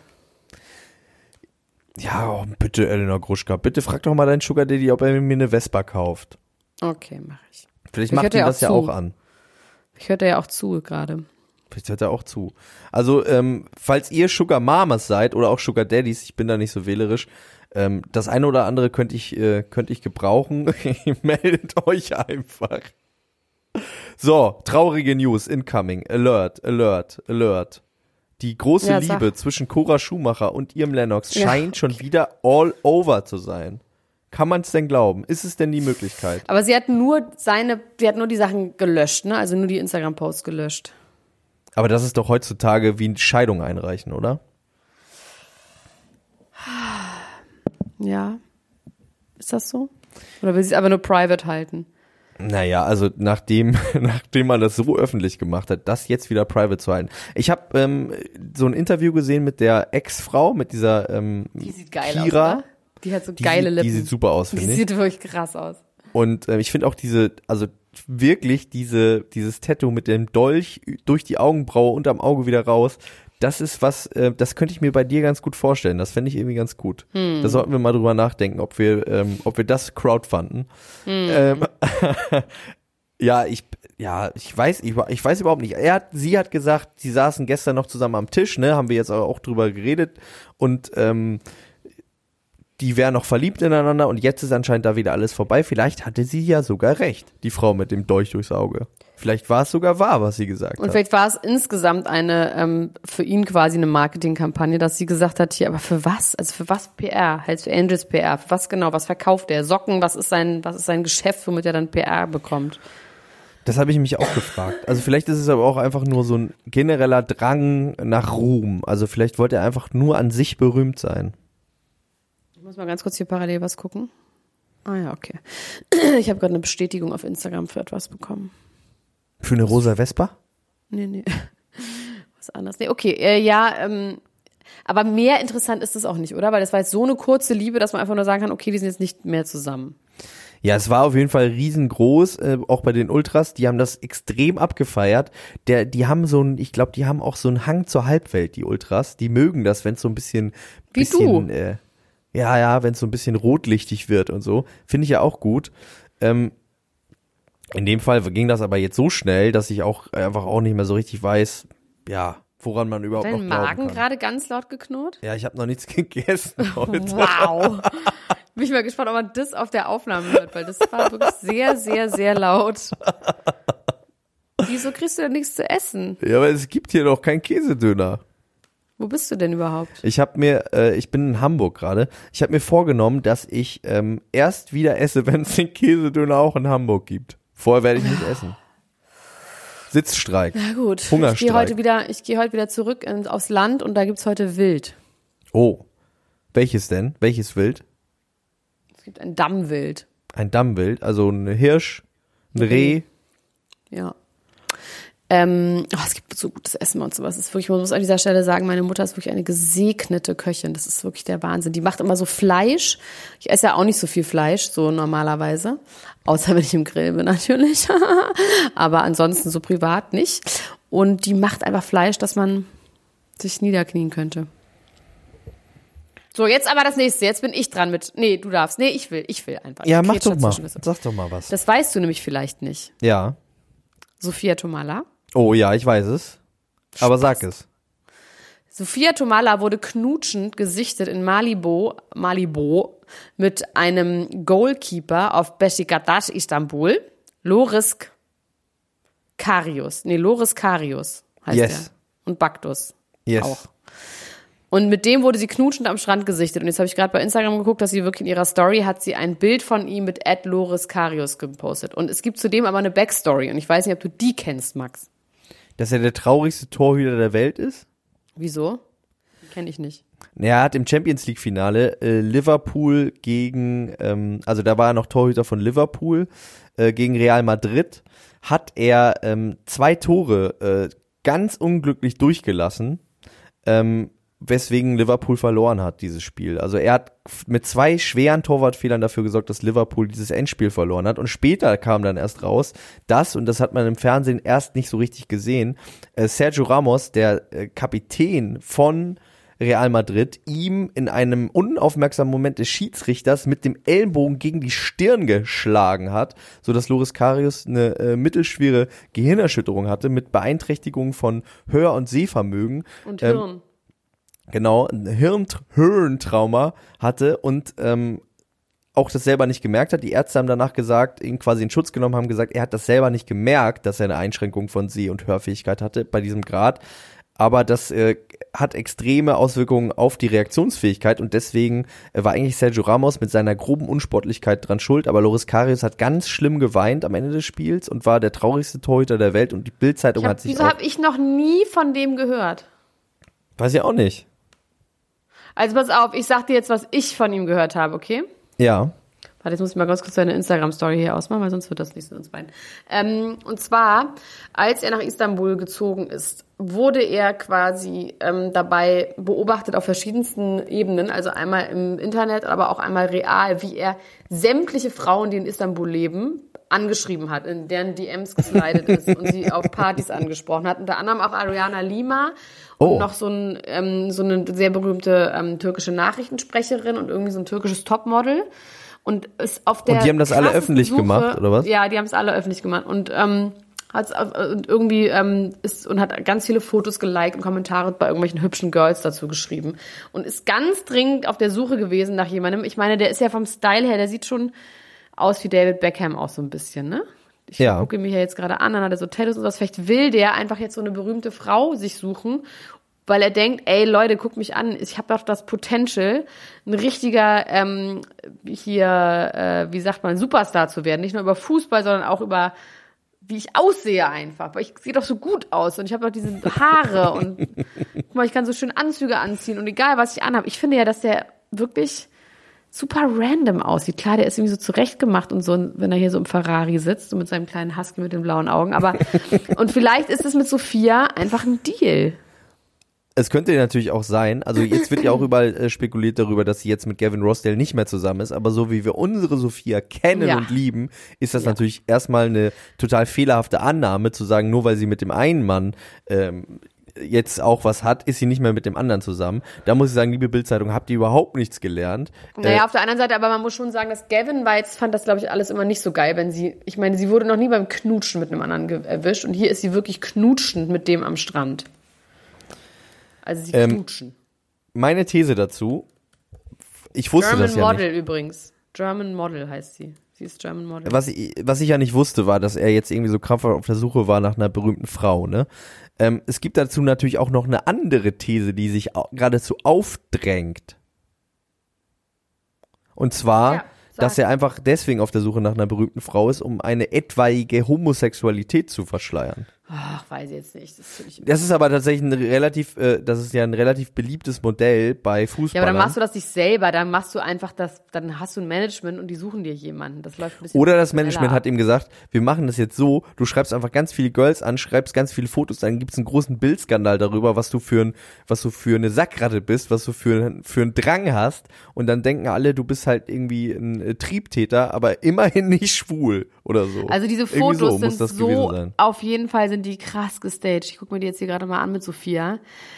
Ja, oh, bitte, Elena Gruschka. Bitte frag doch mal deinen Sugar Daddy, ob er mir eine Vespa kauft. Okay, mach ich. Vielleicht macht ihn das ja auch an. Ich höre ja auch zu gerade. Vielleicht hört er auch zu. Also, falls ihr Sugar Mamas seid oder auch Sugar Daddies, ich bin da nicht so wählerisch, das eine oder andere könnte ich gebrauchen. Meldet euch einfach. So, traurige News, incoming, alert. Die große Liebe zwischen Cora Schumacher und ihrem Lennox scheint schon wieder all over zu sein. Kann man es denn glauben? Ist es denn die Möglichkeit? Aber sie hat nur die Sachen gelöscht, ne? Also nur die Instagram-Posts gelöscht. Aber das ist doch heutzutage wie eine Scheidung einreichen, oder? Ja. Ist das so? Oder will sie es aber nur private halten? Naja, also nachdem man das so öffentlich gemacht hat, das jetzt wieder private zu halten. Ich habe so ein Interview gesehen mit der Ex-Frau, mit dieser die sieht geil Kira. Aus, oder? Die hat so geile Lippen. Die sieht super aus, finde ich. Die sieht wirklich krass aus. Und ich finde auch dieses Tattoo mit dem Dolch durch die Augenbraue unterm Auge wieder raus, das ist was, das könnte ich mir bei dir ganz gut vorstellen. Das fände ich irgendwie ganz gut. Da sollten wir mal drüber nachdenken, ob wir das crowdfunden. Ich weiß überhaupt nicht. Sie hat gesagt, sie saßen gestern noch zusammen am Tisch, ne, haben wir jetzt auch drüber geredet und die wären noch verliebt ineinander und jetzt ist anscheinend da wieder alles vorbei. Vielleicht hatte sie ja sogar recht, die Frau mit dem Dolch durchs Auge. Vielleicht war es sogar wahr, was sie gesagt hat. Und vielleicht war es insgesamt eine, für ihn quasi eine Marketingkampagne, dass sie gesagt hat, hier, aber für was? Also für was PR? Halt für Angels PR. Für was genau? Was verkauft er? Socken? Was ist sein Geschäft, womit er dann PR bekommt? Das habe ich mich auch gefragt. Also vielleicht ist es aber auch einfach nur so ein genereller Drang nach Ruhm. Also vielleicht wollte er einfach nur an sich berühmt sein. Ich muss mal ganz kurz hier parallel was gucken. Ah ja, okay. Ich habe gerade eine Bestätigung auf Instagram für etwas bekommen. Für eine rosa Vespa? Nee. Was anderes. Nee, okay. Aber mehr interessant ist es auch nicht, oder? Weil das war jetzt so eine kurze Liebe, dass man einfach nur sagen kann, okay, die sind jetzt nicht mehr zusammen. Ja, es war auf jeden Fall riesengroß, auch bei den Ultras, die haben das extrem abgefeiert. Die haben ich glaube, die haben auch so einen Hang zur Halbwelt, die Ultras. Die mögen das, wenn es so ein bisschen Wie du. Wenn es so ein bisschen rotlichtig wird und so. Finde ich ja auch gut. In dem Fall ging das aber jetzt so schnell, dass ich auch einfach auch nicht mehr so richtig weiß, ja, woran man überhaupt noch glauben kann. Dein Magen gerade ganz laut geknurrt? Ja, ich habe noch nichts gegessen heute. Wow. Bin ich mal gespannt, ob man das auf der Aufnahme hört, weil das war wirklich sehr, sehr, sehr laut. Wieso kriegst du denn nichts zu essen? Ja, aber es gibt hier noch keinen Käsedöner. Wo bist du denn überhaupt? Ich bin in Hamburg gerade. Ich habe mir vorgenommen, dass ich erst wieder esse, wenn es den Käsedöner auch in Hamburg gibt. Vorher werde ich nicht essen. Sitzstreik. Na gut. Hungerstreik. Ich gehe heute wieder zurück aufs Land und da gibt's heute Wild. Oh. Welches denn? Welches Wild? Es gibt ein Dammwild. Ein Dammwild, also ein Hirsch, ein Reh. Ja. Es gibt so gutes Essen und sowas. Ich muss an dieser Stelle sagen, meine Mutter ist wirklich eine gesegnete Köchin. Das ist wirklich der Wahnsinn. Die macht immer so Fleisch. Ich esse ja auch nicht so viel Fleisch, so normalerweise. Außer wenn ich im Grill bin natürlich. Aber ansonsten so privat nicht. Und die macht einfach Fleisch, dass man sich niederknien könnte. So, jetzt aber das nächste. Jetzt bin ich dran mit, nee, du darfst. Nee, ich will einfach. Ja, mach doch mal. Sag doch mal was. Das weißt du nämlich vielleicht nicht. Ja. Sophia Tomalla. Oh ja, ich weiß es. Aber sag es. Sophia Tomalla wurde knutschend gesichtet in Malibu mit einem Goalkeeper auf Beşiktaş Istanbul. Loris Karius heißt er. Und Baktus auch. Und mit dem wurde sie knutschend am Strand gesichtet. Und jetzt habe ich gerade bei Instagram geguckt, dass sie wirklich in ihrer Story hat sie ein Bild von ihm mit @Loris Karius gepostet. Und es gibt zudem aber eine Backstory. Und ich weiß nicht, ob du die kennst, Max. Dass er der traurigste Torhüter der Welt ist? Wieso? Kenne ich nicht. Er hat im Champions-League-Finale Liverpool gegen, also da war er noch Torhüter von Liverpool, gegen Real Madrid, hat er 2 Tore ganz unglücklich durchgelassen, weswegen Liverpool verloren hat, dieses Spiel. Also er hat mit 2 schweren Torwartfehlern dafür gesorgt, dass Liverpool dieses Endspiel verloren hat. Und später kam dann erst raus, und das hat man im Fernsehen erst nicht so richtig gesehen, Sergio Ramos, der Kapitän von Real Madrid, ihm in einem unaufmerksamen Moment des Schiedsrichters mit dem Ellenbogen gegen die Stirn geschlagen hat, sodass Loris Karius eine mittelschwere Gehirnerschütterung hatte mit Beeinträchtigung von Hör- und Sehvermögen. Und Hirn. Genau, ein Hirntrauma hatte und auch das selber nicht gemerkt hat. Die Ärzte haben danach gesagt, ihn quasi in Schutz genommen, haben gesagt, er hat das selber nicht gemerkt, dass er eine Einschränkung von Seh- und Hörfähigkeit hatte bei diesem Grad. Aber das hat extreme Auswirkungen auf die Reaktionsfähigkeit und deswegen war eigentlich Sergio Ramos mit seiner groben Unsportlichkeit dran schuld. Aber Loris Karius hat ganz schlimm geweint am Ende des Spiels und war der traurigste Torhüter der Welt und die Bild-Zeitung hat sich Wieso habe ich noch nie von dem gehört? Weiß ich auch nicht. Also pass auf, ich sag dir jetzt, was ich von ihm gehört habe, okay? Ja. Warte, jetzt muss ich mal ganz kurz seine Instagram-Story hier ausmachen, weil sonst wird das nichts mit uns beiden. Und zwar, als er nach Istanbul gezogen ist, wurde er quasi dabei beobachtet auf verschiedensten Ebenen, also einmal im Internet, aber auch einmal real, wie er sämtliche Frauen, die in Istanbul leben, angeschrieben hat, in deren DMs geslidet ist und sie auf Partys angesprochen hat. Unter anderem auch Ariana Lima und noch so eine sehr berühmte türkische Nachrichtensprecherin und irgendwie so ein türkisches Topmodel. Und ist auf der und die haben das alle öffentlich Suche, gemacht, oder was? Ja, die haben es alle öffentlich gemacht und hat ganz viele Fotos geliked und Kommentare bei irgendwelchen hübschen Girls dazu geschrieben und ist ganz dringend auf der Suche gewesen nach jemandem. Ich meine, der ist ja vom Style her, der sieht schon aus wie David Beckham auch so ein bisschen, ne? Ich gucke ihn mir ja jetzt gerade an, dann hat er so Tattoos und was. Vielleicht will der einfach jetzt so eine berühmte Frau sich suchen, weil er denkt, ey Leute, guckt mich an, ich habe doch das Potential, ein richtiger wie sagt man, Superstar zu werden. Nicht nur über Fußball, sondern auch über wie ich aussehe einfach. Weil ich sehe doch so gut aus und ich habe doch diese Haare und guck mal, ich kann so schön Anzüge anziehen und egal, was ich anhabe. Ich finde ja, dass der wirklich super random aussieht. Klar, der ist irgendwie so zurechtgemacht und so, wenn er hier so im Ferrari sitzt und mit seinem kleinen Husky mit den blauen Augen. Aber und vielleicht ist es mit Sophia einfach ein Deal. Es könnte natürlich auch sein, also jetzt wird ja auch überall spekuliert darüber, dass sie jetzt mit Gavin Rossdale nicht mehr zusammen ist, aber so wie wir unsere Sophia kennen und lieben, ist das natürlich erstmal eine total fehlerhafte Annahme, zu sagen, nur weil sie mit dem einen Mann jetzt auch was hat, ist sie nicht mehr mit dem anderen zusammen. Da muss ich sagen, liebe Bild-Zeitung, habt ihr überhaupt nichts gelernt. Naja, auf der anderen Seite, aber man muss schon sagen, dass Gavin fand das, glaube ich, alles immer nicht so geil, ich meine, sie wurde noch nie beim Knutschen mit einem anderen erwischt und hier ist sie wirklich knutschend mit dem am Strand. Also sie knutschen. Meine These dazu, ich wusste German das ja Model nicht. übrigens. German Model heißt sie. Sie ist German Model. Was ich ja nicht wusste, war, dass er jetzt irgendwie so krampfhaft auf der Suche war nach einer berühmten Frau, ne? Es gibt dazu natürlich auch noch eine andere These, die sich geradezu aufdrängt. Und zwar, dass er einfach deswegen auf der Suche nach einer berühmten Frau ist, um eine etwaige Homosexualität zu verschleiern. Ach, weiß ich jetzt nicht. Das ist aber tatsächlich ein relativ beliebtes Modell bei Fußballern. Ja, aber dann machst du das nicht selber, dann machst du einfach dann hast du ein Management und die suchen dir jemanden. Das läuft ein bisschen. Oder das Management hat ihm gesagt, wir machen das jetzt so, du schreibst einfach ganz viele Girls an, schreibst ganz viele Fotos, dann gibt's einen großen Bildskandal darüber, was du für eine Sackratte bist, was du für einen Drang hast, und dann denken alle, du bist halt irgendwie ein Triebtäter, aber immerhin nicht schwul oder so. Also diese Fotos sind so, auf jeden Fall sind die krass gestaged. Ich gucke mir die jetzt hier gerade mal an mit Sophia.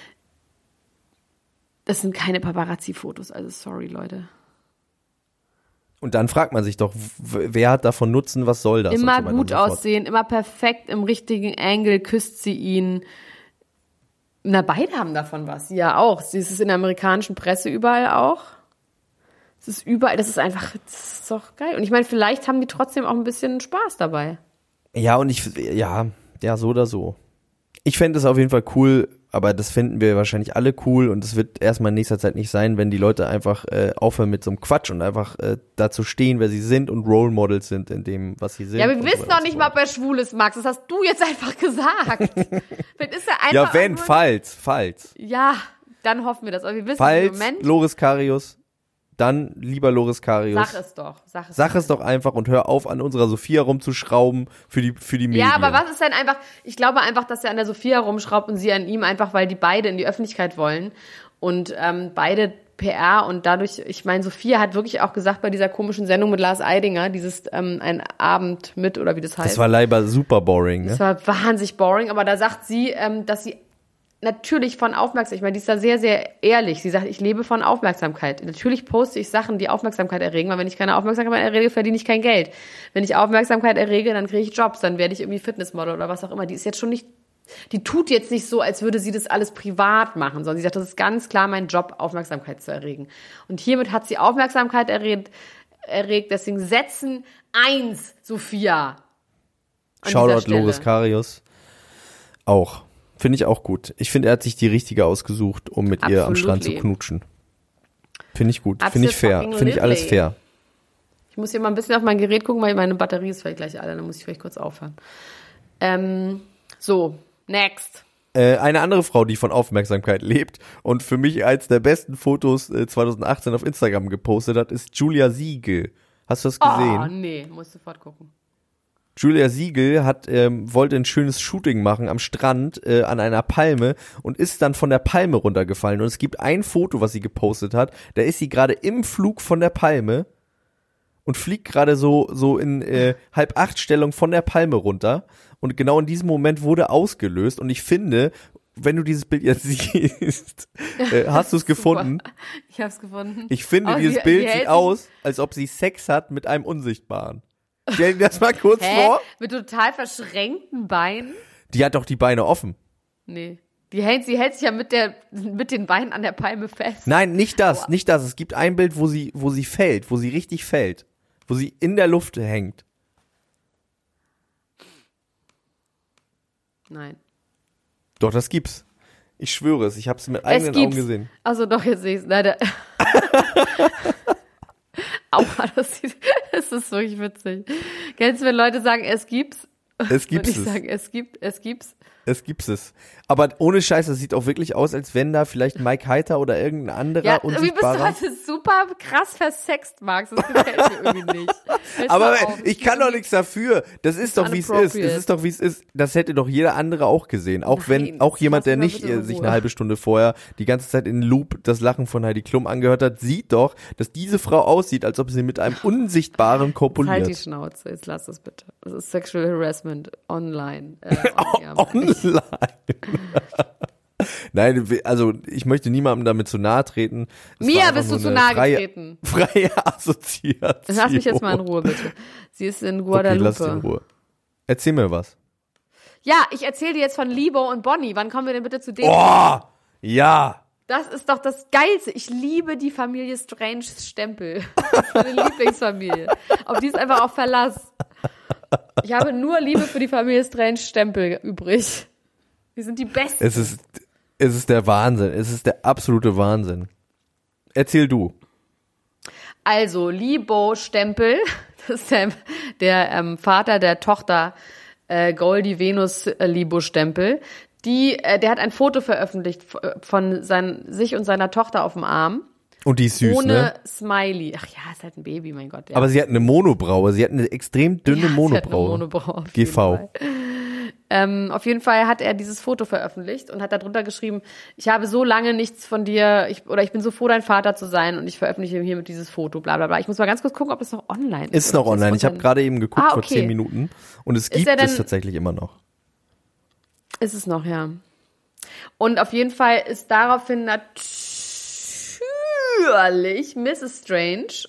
Das sind keine Paparazzi-Fotos, also sorry, Leute. Und dann fragt man sich doch, wer hat davon Nutzen, was soll das? Immer gut aussehen, immer perfekt im richtigen Angle, küsst sie ihn. Na, beide haben davon was, sie ja auch. Sie ist in der amerikanischen Presse überall auch. Es ist überall, das ist doch geil. Und ich meine, vielleicht haben die trotzdem auch ein bisschen Spaß dabei. Ja, und ja, so oder so. Ich fände es auf jeden Fall cool, aber das finden wir wahrscheinlich alle cool, und es wird erstmal in nächster Zeit nicht sein, wenn die Leute einfach aufhören mit so einem Quatsch und einfach dazu stehen, wer sie sind und Role Models sind in dem, was sie sind. Ja, wir wissen noch nicht mal, ob er schwul ist, Max. Das hast du jetzt einfach gesagt. Vielleicht ist er einfach. Ja, wenn, falls. Ja, dann hoffen wir das. Aber wir wissen falls im Moment. Loris Karius, dann lieber Loris Karius. Sag es doch einfach und hör auf, an unserer Sophia rumzuschrauben für die Medien. Ja, aber was ist denn einfach, ich glaube einfach, dass er an der Sophia rumschraubt und sie an ihm einfach, weil die beide in die Öffentlichkeit wollen und beide PR, und dadurch, ich meine, Sophia hat wirklich auch gesagt bei dieser komischen Sendung mit Lars Eidinger, dieses ein Abend mit, oder wie das heißt. Das war leider super boring, ne? Das war wahnsinnig boring, aber da sagt sie, dass sie natürlich von Aufmerksamkeit, ich meine, die ist da sehr, sehr ehrlich. Sie sagt, ich lebe von Aufmerksamkeit. Natürlich poste ich Sachen, die Aufmerksamkeit erregen, weil wenn ich keine Aufmerksamkeit errege, verdiene ich kein Geld. Wenn ich Aufmerksamkeit errege, dann kriege ich Jobs, dann werde ich irgendwie Fitnessmodel oder was auch immer. Die ist jetzt schon nicht, die tut jetzt nicht so, als würde sie das alles privat machen, sondern sie sagt, das ist ganz klar mein Job, Aufmerksamkeit zu erregen. Und hiermit hat sie Aufmerksamkeit erregt, deswegen setzen 1, Sophia. Shoutout Loris Karius. Auch. Finde ich auch gut. Ich finde, er hat sich die richtige ausgesucht, um mit ihr am Strand zu knutschen. Finde ich gut. Finde ich fair. Finde ich alles fair. Ich muss hier mal ein bisschen auf mein Gerät gucken, weil meine Batterie ist vielleicht gleich alle. Dann muss ich vielleicht kurz aufhören. So, next. Eine andere Frau, die von Aufmerksamkeit lebt und für mich eins der besten Fotos 2018 auf Instagram gepostet hat, ist Julia Siegel. Hast du das gesehen? Oh, nee, muss sofort gucken. Julia Siegel wollte ein schönes Shooting machen am Strand an einer Palme und ist dann von der Palme runtergefallen. Und es gibt ein Foto, was sie gepostet hat. Da ist sie gerade im Flug von der Palme und fliegt gerade so in 7:30 von der Palme runter. Und genau in diesem Moment wurde ausgelöst. Und ich finde, wenn du dieses Bild jetzt siehst, hast du es gefunden? Ich hab's gefunden. Ich finde, dieses Bild sieht aus, als ob sie Sex hat mit einem Unsichtbaren. Stell dir das mal kurz vor. Mit total verschränkten Beinen? Die hat doch die Beine offen. Nee. Sie hält sich ja mit den Beinen an der Palme fest. Nein, nicht das. Es gibt ein Bild, wo sie fällt, wo sie richtig fällt. Wo sie in der Luft hängt. Nein. Doch, das gibt's. Ich schwöre es. Ich habe es mit eigenen Augen gesehen. Also doch, jetzt sehe ich es. Leider. Aua, das ist wirklich witzig. Kennst du, wenn Leute sagen, es gibt's? Es gibt es. Ich sage, es gibt's. Es gibt es. Aber ohne Scheiß, das sieht auch wirklich aus, als wenn da vielleicht Mike Heiter oder irgendein anderer unsichtbarer... Ja, irgendwie bist du heute super krass versext, Max. Das gefällt mir irgendwie nicht. Aber ich kann doch nichts dafür. Das ist doch, wie es ist. Das ist doch, wie es ist. Das hätte doch jeder andere auch gesehen. Auch jemand, der nicht sich eine halbe Stunde vorher die ganze Zeit in Loop das Lachen von Heidi Klum angehört hat, sieht doch, dass diese Frau aussieht, als ob sie mit einem Unsichtbaren kopuliert. Halt die Schnauze, jetzt lass das bitte. Das ist Sexual Harassment online. Online. Nein, also ich möchte niemandem damit zu nahe treten. Mir bist du zu nahe getreten. Freie Assoziation. Lass mich jetzt mal in Ruhe, bitte. Sie ist in Guadalupe. Okay, lass in Ruhe. Erzähl mir was. Ja, ich erzähle dir jetzt von Libo und Bonnie. Wann kommen wir denn bitte zu denen? Oh, ja. Das ist doch das Geilste. Ich liebe die Familie Strange Stempel. Das ist meine Lieblingsfamilie. Auf die ist einfach auch Verlass. Ich habe nur Liebe für die Familie Strange Stempel übrig. Die sind die Besten. Es ist der Wahnsinn. Es ist der absolute Wahnsinn. Erzähl du. Also, Libo Stempel, das ist der Vater der Tochter Goldie Venus Libo Stempel. Der hat ein Foto veröffentlicht von sich und seiner Tochter auf dem Arm. Und die ist süß, ohne Smiley. Ach ja, ist halt ein Baby, mein Gott. Ja. Aber sie hat eine Monobraue. Sie hat eine extrem dünne Monobraue. Sie hat eine Monobraue auf jeden Fall. Auf jeden Fall hat er dieses Foto veröffentlicht und hat darunter geschrieben, ich habe so lange nichts von dir, ich bin so froh, dein Vater zu sein und ich veröffentliche hiermit dieses Foto, bla bla bla. Ich muss mal ganz kurz gucken, ob es noch online ist. Ist noch online. Ich habe gerade eben geguckt vor 10 Minuten und es gibt es tatsächlich immer noch. Ist es noch, ja. Und auf jeden Fall ist daraufhin natürlich Mrs. Strange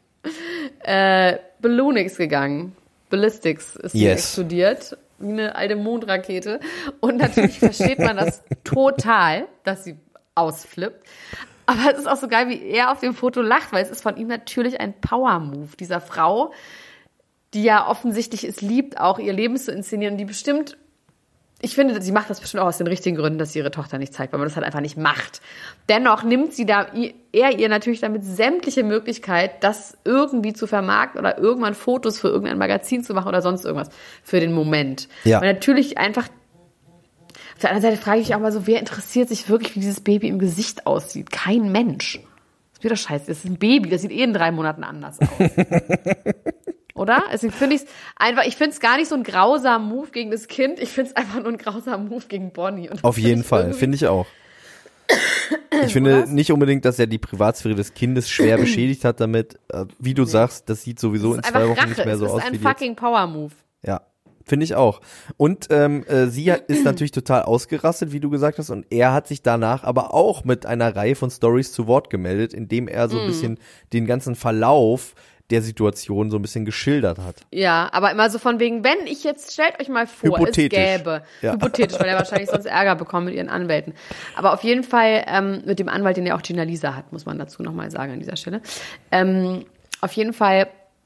Balloonix gegangen. Ballistics ist sie explodiert. Wie eine alte Mondrakete. Und natürlich versteht man das total, dass sie ausflippt. Aber es ist auch so geil, wie er auf dem Foto lacht, weil es ist von ihm natürlich ein Power-Move dieser Frau, die ja offensichtlich es liebt, auch ihr Leben zu inszenieren und die bestimmt, ich finde, sie macht das bestimmt auch aus den richtigen Gründen, dass sie ihre Tochter nicht zeigt, weil man das halt einfach nicht macht. Dennoch nimmt sie ihr natürlich damit sämtliche Möglichkeit, das irgendwie zu vermarkten oder irgendwann Fotos für irgendein Magazin zu machen oder sonst irgendwas für den Moment. Ja. Weil natürlich einfach, auf der anderen Seite frage ich mich auch mal so, wer interessiert sich wirklich, wie dieses Baby im Gesicht aussieht? Kein Mensch. Das ist wieder scheiße, das ist ein Baby, das sieht in 3 Monaten anders aus. Oder? Also ich finde es gar nicht so ein grausamer Move gegen das Kind. Ich finde es einfach nur ein grausamer Move gegen Bonnie. Und auf jeden Fall, finde ich auch. Ich finde nicht unbedingt, dass er die Privatsphäre des Kindes schwer beschädigt hat damit. Wie du sagst, das sieht sowieso in 2 Wochen nicht mehr so aus wie jetzt. Das ist ein fucking Power-Move. Ja, finde ich auch. Und sie ist natürlich total ausgerastet, wie du gesagt hast. Und er hat sich danach aber auch mit einer Reihe von Stories zu Wort gemeldet, indem er so ein bisschen den ganzen Verlauf der Situation so ein bisschen geschildert hat. Ja, aber immer so von wegen, wenn ich jetzt, stellt euch mal vor, es gäbe, hypothetisch, weil er wahrscheinlich sonst Ärger bekommt mit ihren Anwälten. Aber auf jeden Fall mit dem Anwalt, den ja auch Gina Lisa hat, muss man dazu nochmal sagen an dieser Stelle. Auf jeden Fall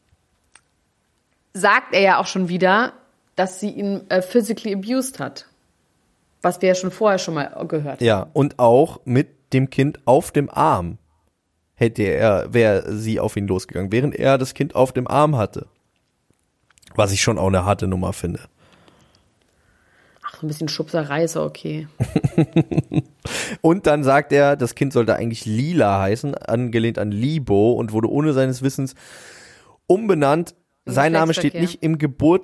sagt er ja auch schon wieder, dass sie ihn physically abused hat. Was wir ja schon vorher schon mal gehört haben. Ja, und auch mit dem Kind auf dem Arm. Wäre sie auf ihn losgegangen, während er das Kind auf dem Arm hatte. Was ich schon auch eine harte Nummer finde. Ach, so ein bisschen Schubserei ist okay. Und dann sagt er, das Kind sollte eigentlich Lila heißen, angelehnt an Libo und wurde ohne seines Wissens umbenannt. Sein Name steht nicht im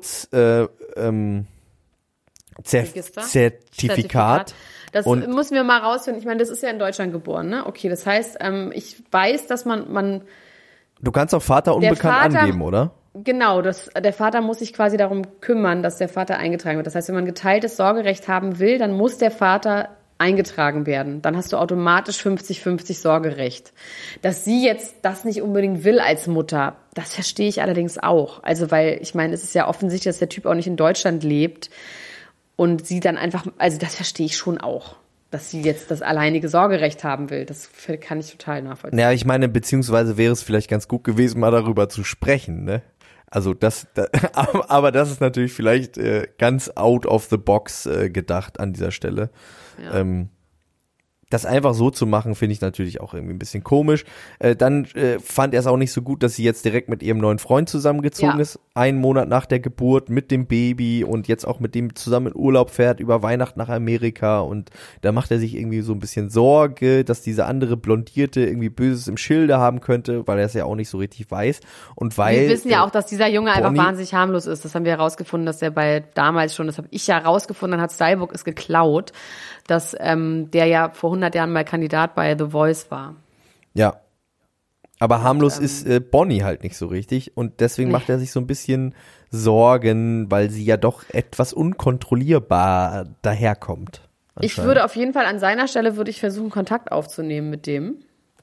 Zertifikat. Das müssen wir mal rausfinden. Ich meine, das ist ja in Deutschland geboren, ne? Okay, das heißt, ich weiß, dass man Du kannst auch Vater unbekannt angeben, oder? Genau, der Vater muss sich quasi darum kümmern, dass der Vater eingetragen wird. Das heißt, wenn man geteiltes Sorgerecht haben will, dann muss der Vater eingetragen werden. Dann hast du automatisch 50-50 Sorgerecht. Dass sie jetzt das nicht unbedingt will als Mutter, das verstehe ich allerdings auch. Also, weil, ich meine, es ist ja offensichtlich, dass der Typ auch nicht in Deutschland lebt. Und sie dann einfach, also das verstehe ich schon auch, dass sie jetzt das alleinige Sorgerecht haben will. Das kann ich total nachvollziehen. Ja, ich meine, beziehungsweise wäre es vielleicht ganz gut gewesen, mal darüber zu sprechen, ne? Also aber das ist natürlich vielleicht ganz out of the box gedacht an dieser Stelle. Ja. das einfach so zu machen, finde ich natürlich auch irgendwie ein bisschen komisch. Dann fand er es auch nicht so gut, dass sie jetzt direkt mit ihrem neuen Freund zusammengezogen ist. 1 Monat nach der Geburt mit dem Baby und jetzt auch mit dem zusammen in Urlaub fährt, über Weihnachten nach Amerika. Und da macht er sich irgendwie so ein bisschen Sorge, dass diese andere Blondierte irgendwie Böses im Schilde haben könnte, weil er es ja auch nicht so richtig weiß. Und weil wir wissen ja auch, dass dieser Junge einfach wahnsinnig harmlos ist. Das haben wir herausgefunden, dass der damals schon, das habe ich ja herausgefunden, dann hat Stylebook es geklaut, dass der ja vor 100 Jahren mal Kandidat bei The Voice war. Ja. Aber harmlos ist Bonnie halt nicht so richtig und deswegen macht er sich so ein bisschen Sorgen, weil sie ja doch etwas unkontrollierbar daherkommt. Ich würde auf jeden Fall an seiner Stelle versuchen, Kontakt aufzunehmen mit dem.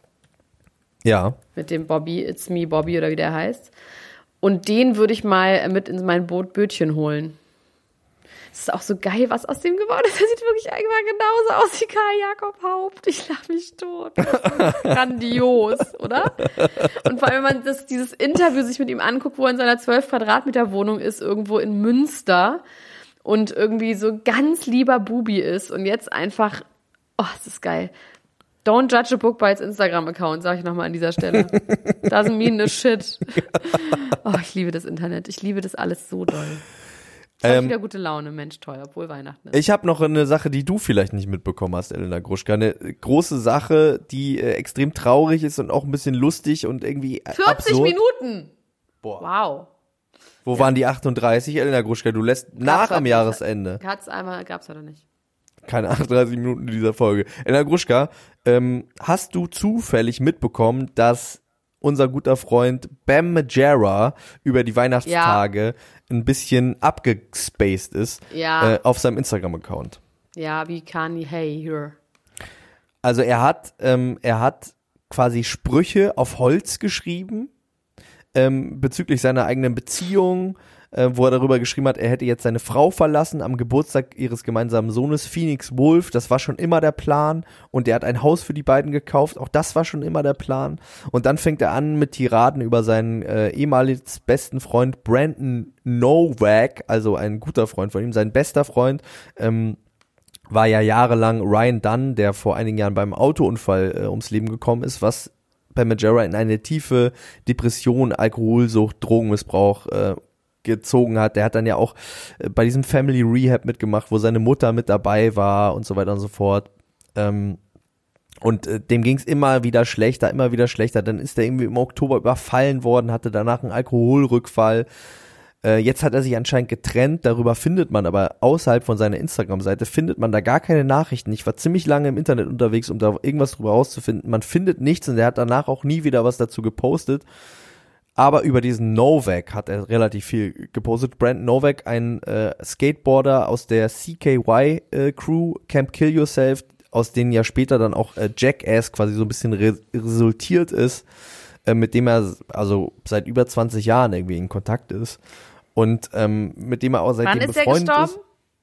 Ja. Mit dem Bobby, It's Me Bobby oder wie der heißt. Und den würde ich mal mit in mein Bötchen holen. Das ist auch so geil, was aus dem geworden ist. Der sieht wirklich einfach genauso aus wie Karl Jakob Haupt. Ich lache mich tot. Das ist grandios, oder? Und vor allem, wenn man dieses Interview sich mit ihm anguckt, wo er in seiner 12 Quadratmeter Wohnung ist, irgendwo in Münster und irgendwie so ganz lieber Bubi ist und jetzt einfach, das ist geil. Don't judge a book by its Instagram-Account, sage ich nochmal an dieser Stelle. Doesn't mean no shit. Ich liebe das Internet. Ich liebe das alles so doll. Ich habe wieder gute Laune, Mensch, toll, obwohl Weihnachten ist. Ich habe noch eine Sache, die du vielleicht nicht mitbekommen hast, Elena Gruschka. Eine große Sache, die extrem traurig ist und auch ein bisschen lustig und irgendwie 40 absurd. Minuten! Boah. Wow. Wo waren die 38, Elena Gruschka? Du lässt nach am Jahresende. Gab's oder nicht? Keine 38 Minuten in dieser Folge. Elena Gruschka, hast du zufällig mitbekommen, dass unser guter Freund Bam Margera über die Weihnachtstage ein bisschen abgespaced ist auf seinem Instagram-Account? Ja, wie Kanye hier. Also er hat quasi Sprüche auf Holz geschrieben bezüglich seiner eigenen Beziehung, wo er darüber geschrieben hat, er hätte jetzt seine Frau verlassen am Geburtstag ihres gemeinsamen Sohnes Phoenix Wolf. Das war schon immer der Plan. Und er hat ein Haus für die beiden gekauft. Auch das war schon immer der Plan. Und dann fängt er an mit Tiraden über seinen ehemaligen besten Freund Brandon Nowak, also ein guter Freund von ihm, sein bester Freund, war ja jahrelang Ryan Dunn, der vor einigen Jahren beim Autounfall ums Leben gekommen ist, was bei Margera in eine tiefe Depression, Alkoholsucht, Drogenmissbrauch gezogen hat. Der hat dann ja auch bei diesem Family Rehab mitgemacht, wo seine Mutter mit dabei war und so weiter und so fort. Und dem ging es immer wieder schlechter. Dann ist er irgendwie im Oktober überfallen worden, hatte danach einen Alkoholrückfall. Jetzt hat er sich anscheinend getrennt, darüber findet man aber außerhalb von seiner Instagram-Seite, findet man da gar keine Nachrichten. Ich war ziemlich lange im Internet unterwegs, um da irgendwas drüber rauszufinden. Man findet nichts und er hat danach auch nie wieder was dazu gepostet. Aber über diesen Novak hat er relativ viel gepostet. Brandon Novak, ein Skateboarder aus der CKY-Crew, Camp Kill Yourself, aus denen ja später dann auch Jackass quasi so ein bisschen resultiert ist, mit dem er also seit über 20 Jahren irgendwie in Kontakt ist. Und mit dem er auch seitdem befreundet ist.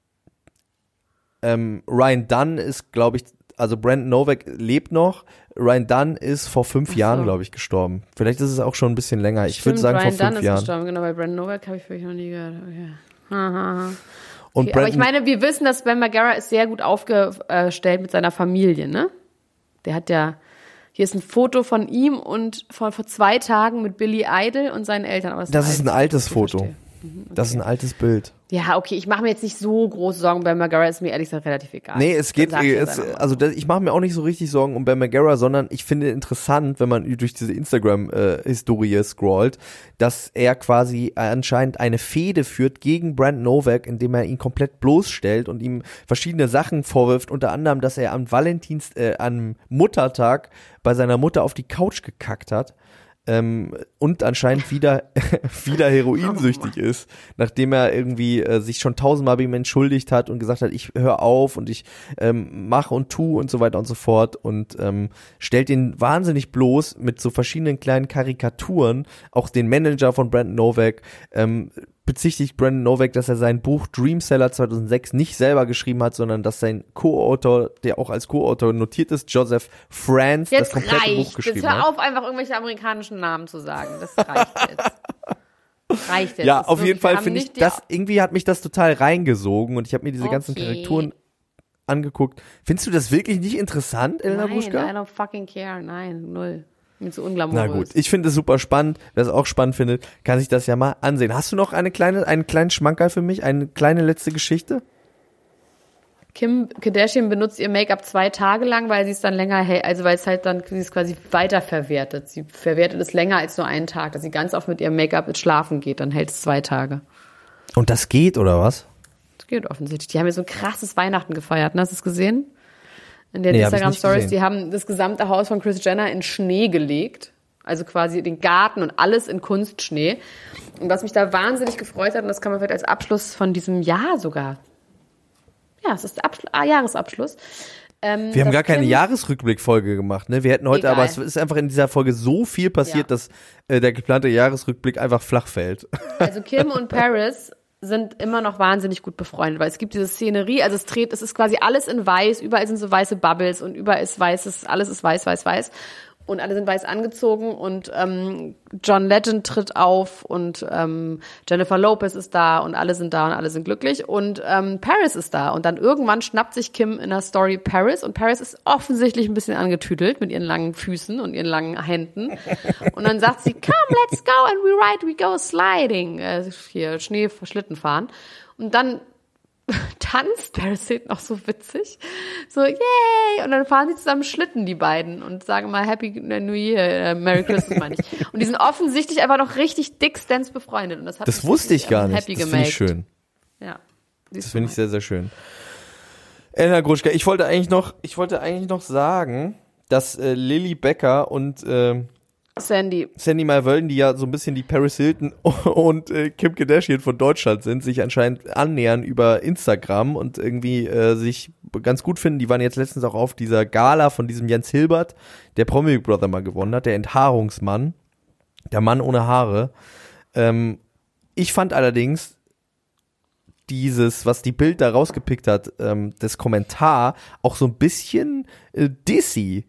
Ryan Dunn ist, glaube ich, also Brandon Novak lebt noch. Ryan Dunn ist vor 5 Jahren, glaube ich, gestorben. Vielleicht ist es auch schon ein bisschen länger. Ich würde sagen, Ryan vor 5 Dunn Jahren. Ist gestorben, genau, bei Brandon Novak habe ich wirklich noch nie gehört. Okay. Und okay, aber ich meine, wir wissen, dass Bam Margera ist sehr gut aufgestellt mit seiner Familie, ne? Der hat ja, hier ist ein Foto von ihm und vor 2 Tagen mit Billy Idol und seinen Eltern. Aber das ist ein altes Foto. Okay. Das ist ein altes Bild. Ja, okay, ich mache mir jetzt nicht so große Sorgen. Bam Margera ist mir ehrlich gesagt relativ egal. Nee, ich mache mir auch nicht so richtig Sorgen um Bam Margera, sondern ich finde interessant, wenn man durch diese Instagram-Historie scrollt, dass er quasi anscheinend eine Fehde führt gegen Brandon Novak, indem er ihn komplett bloßstellt und ihm verschiedene Sachen vorwirft, unter anderem, dass er am am Muttertag bei seiner Mutter auf die Couch gekackt hat. Und anscheinend wieder heroinsüchtig ist, nachdem er irgendwie sich schon 1000-mal bei ihm entschuldigt hat und gesagt hat, ich höre auf und ich mache und tu und so weiter und so fort und stellt ihn wahnsinnig bloß mit so verschiedenen kleinen Karikaturen, auch den Manager von Brandon Novak, bezichtigt Brandon Novak, dass er sein Buch Dream Seller 2006 nicht selber geschrieben hat, sondern dass sein Co-Autor, der auch als Co-Autor notiert ist, Joseph Franz, das komplette Buch geschrieben hat. Jetzt hör auf, einfach irgendwelche amerikanischen Namen zu sagen. Das reicht jetzt. Ja, auf jeden Fall finde ich, irgendwie hat mich das total reingesogen und ich habe mir diese ganzen Korrekturen angeguckt. Findest du das wirklich nicht interessant, Elena Gruschka? Nein, I don't fucking care. Nein, null. Mir zu unglamourös. Na gut, ich finde es super spannend. Wer es auch spannend findet, kann sich das ja mal ansehen. Hast du noch einen kleinen Schmankerl für mich? Eine kleine letzte Geschichte? Kim Kardashian benutzt ihr Make-up 2 Tage lang, weil sie es dann länger hält, also weil es halt dann, sie es quasi weiterverwertet. Sie verwertet es länger als nur einen Tag, dass sie ganz oft mit ihrem Make-up ins Schlafen geht, dann hält es 2 Tage. Und das geht, oder was? Das geht offensichtlich. Die haben ja so ein krasses Weihnachten gefeiert, ne? Hast du es gesehen? In den Nee, Instagram-Stories, die haben das gesamte Haus von Kris Jenner in Schnee gelegt. Also quasi den Garten und alles in Kunstschnee. Und was mich da wahnsinnig gefreut hat, und das kann man vielleicht als Abschluss von diesem Jahr sogar. Ja, es ist der Jahresabschluss. Wir haben gar keine Jahresrückblick-Folge gemacht, ne? Wir hätten heute, aber es ist einfach in dieser Folge so viel passiert, dass der geplante Jahresrückblick einfach flach fällt. Also Kim und Paris sind immer noch wahnsinnig gut befreundet, weil es gibt diese Szenerie, also es ist quasi alles in weiß, überall sind so weiße Bubbles und überall ist alles ist weiß. Und alle sind weiß angezogen und John Legend tritt auf und Jennifer Lopez ist da und alle sind da und alle sind glücklich und Paris ist da. Und dann irgendwann schnappt sich Kim in der Story Paris und Paris ist offensichtlich ein bisschen angetüdelt mit ihren langen Füßen und ihren langen Händen. Und dann sagt sie, come, let's go and we go sliding. Hier, Schlitten fahren. Und dann tanzt Paris noch so witzig. So, yay! Und dann fahren sie zusammen Schlitten, die beiden, und sagen mal Happy New Year, Merry Christmas, meine ich. Und die sind offensichtlich einfach noch richtig dickstens befreundet. Und das wusste ich gar nicht. Das finde ich schön. Ja. Das finde ich sehr, sehr schön. Elena Gruschka, ich wollte eigentlich noch sagen, dass Lily Becker und Sandy Malvölden, die ja so ein bisschen die Paris Hilton und Kim Kardashian von Deutschland sind, sich anscheinend annähern über Instagram und irgendwie sich ganz gut finden. Die waren jetzt letztens auch auf dieser Gala von diesem Jens Hilbert, der Promi Big Brother mal gewonnen hat, der Enthaarungsmann, der Mann ohne Haare. Ich fand allerdings dieses, was die Bild da rausgepickt hat, das Kommentar auch so ein bisschen dissy.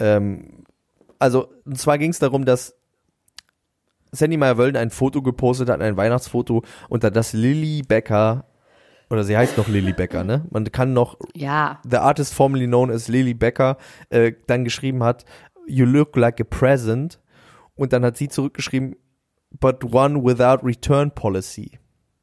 Also, und zwar ging es darum, dass Sandy Meyer-Wölden ein Foto gepostet hat, ein Weihnachtsfoto, unter das Lily Becker, oder sie heißt noch Lily Becker, ne? Man kann noch, the artist formerly known as Lily Becker, dann geschrieben hat, you look like a present. Und dann hat sie zurückgeschrieben, but one without return policy.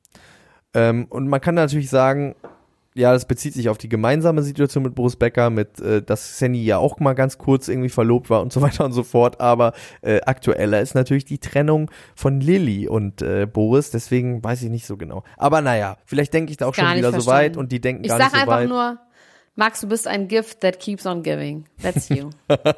Und man kann natürlich sagen, ja, das bezieht sich auf die gemeinsame Situation mit Boris Becker, dass Sandy ja auch mal ganz kurz irgendwie verlobt war und so weiter und so fort, aber aktueller ist natürlich die Trennung von Lilly und Boris, deswegen weiß ich nicht so genau. Aber naja, vielleicht denke ich da auch schon wieder so weit und die denken gar nicht so weit. Ich sag einfach nur, Max, du bist ein Gift that keeps on giving. That's you.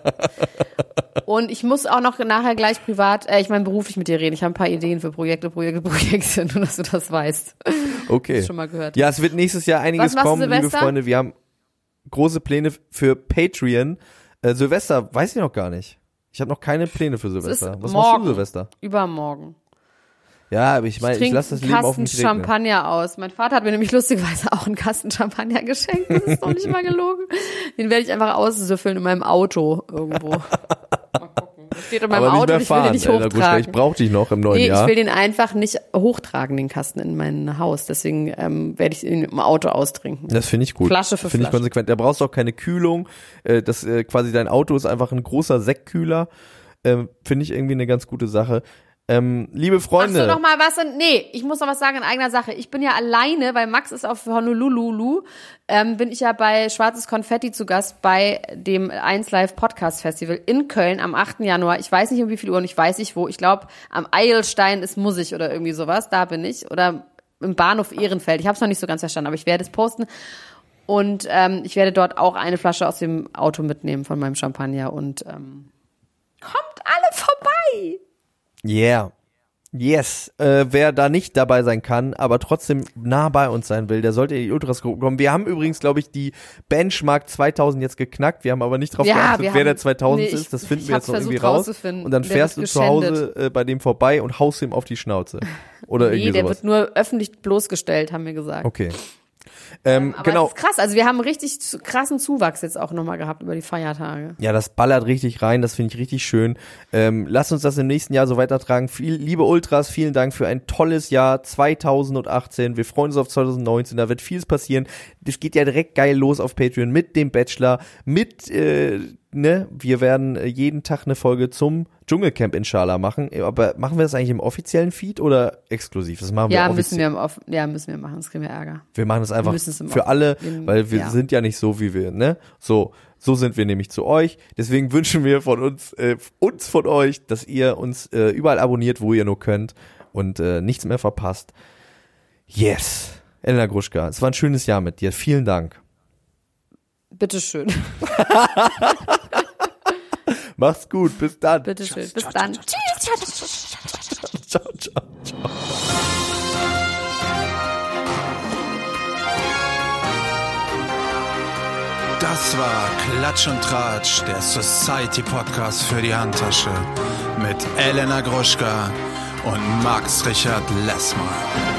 Und ich muss auch noch nachher gleich privat, beruflich mit dir reden. Ich habe ein paar Ideen für Projekte, nur dass du das weißt. Okay. Das schon mal gehört. Ja, es wird nächstes Jahr einiges kommen, liebe Freunde. Wir haben große Pläne für Patreon. Silvester weiß ich noch gar nicht. Ich habe noch keine Pläne für Silvester. Was machst du Silvester? Übermorgen. Ja, aber ich meine, ich lasse das Leben auf mich regnen. Kasten Champagner aus. Mein Vater hat mir nämlich lustigerweise auch einen Kasten Champagner geschenkt. Das ist doch nicht mal gelogen. Den werde ich einfach aussüffeln in meinem Auto irgendwo. Mal gucken. Das steht in meinem Auto und ich will den nicht hochtragen. Ich brauche dich noch im neuen Jahr. Ich will den einfach nicht hochtragen, den Kasten in mein Haus. Deswegen werde ich ihn im Auto austrinken. Das finde ich gut. Flasche für Flasche. Finde ich konsequent. Da brauchst du auch keine Kühlung. Quasi dein Auto ist einfach ein großer Sektkühler. Finde ich irgendwie eine ganz gute Sache. Liebe Freunde. Hast du noch mal was? Nee, ich muss noch was sagen in eigener Sache. Ich bin ja alleine, weil Max ist auf Honolulu, bin ich ja bei Schwarzes Konfetti zu Gast bei dem 1 Live Podcast Festival in Köln am 8. Januar. Ich weiß nicht um wie viel Uhr und ich weiß nicht wo. Ich glaube, am Eilstein ist Mussig oder irgendwie sowas. Da bin ich. Oder im Bahnhof Ehrenfeld. Ich habe es noch nicht so ganz verstanden, aber ich werde es posten. Und ich werde dort auch eine Flasche aus dem Auto mitnehmen von meinem Champagner. Und kommt alle vorbei! Yeah. Yes. Wer da nicht dabei sein kann, aber trotzdem nah bei uns sein will, der sollte in die Ultras-Gruppe kommen. Wir haben übrigens, glaube ich, die Benchmark 2000 jetzt geknackt. Wir haben aber nicht drauf geachtet, wer der 2000 ist. Das finden wir jetzt noch irgendwie raus. Und dann fährst du zu Hause bei dem vorbei und haust ihm auf die Schnauze. Oder irgendwie sowas. Der wird nur öffentlich bloßgestellt, haben wir gesagt. Okay. Aber genau. das ist krass, also wir haben richtig krassen Zuwachs jetzt auch nochmal gehabt über die Feiertage. Ja, das ballert richtig rein, das finde ich richtig schön. Lasst uns das im nächsten Jahr so weitertragen. Liebe Ultras, vielen Dank für ein tolles Jahr 2018. Wir freuen uns auf 2019, da wird vieles passieren. Das geht ja direkt geil los auf Patreon mit dem Bachelor, mit, wir werden jeden Tag eine Folge zum Dschungelcamp inshallah machen. Aber machen wir das eigentlich im offiziellen Feed oder exklusiv? Das machen wir offiziell. Müssen wir machen, das kriegen wir Ärger. Wir machen es einfach für alle, weil wir sind ja nicht so wie wir, ne? So sind wir nämlich zu euch. Deswegen wünschen wir von uns von euch, dass ihr uns überall abonniert, wo ihr nur könnt und nichts mehr verpasst. Yes. Elena Gruschka, es war ein schönes Jahr mit dir. Vielen Dank. Bitteschön. Mach's gut. Bis dann. Bitteschön. Bis dann. Tschüss. Ciao, ciao, ciao. Das war Klatsch und Tratsch, der Society Podcast für die Handtasche mit Elena Gruschka und Max Richard Lessmann.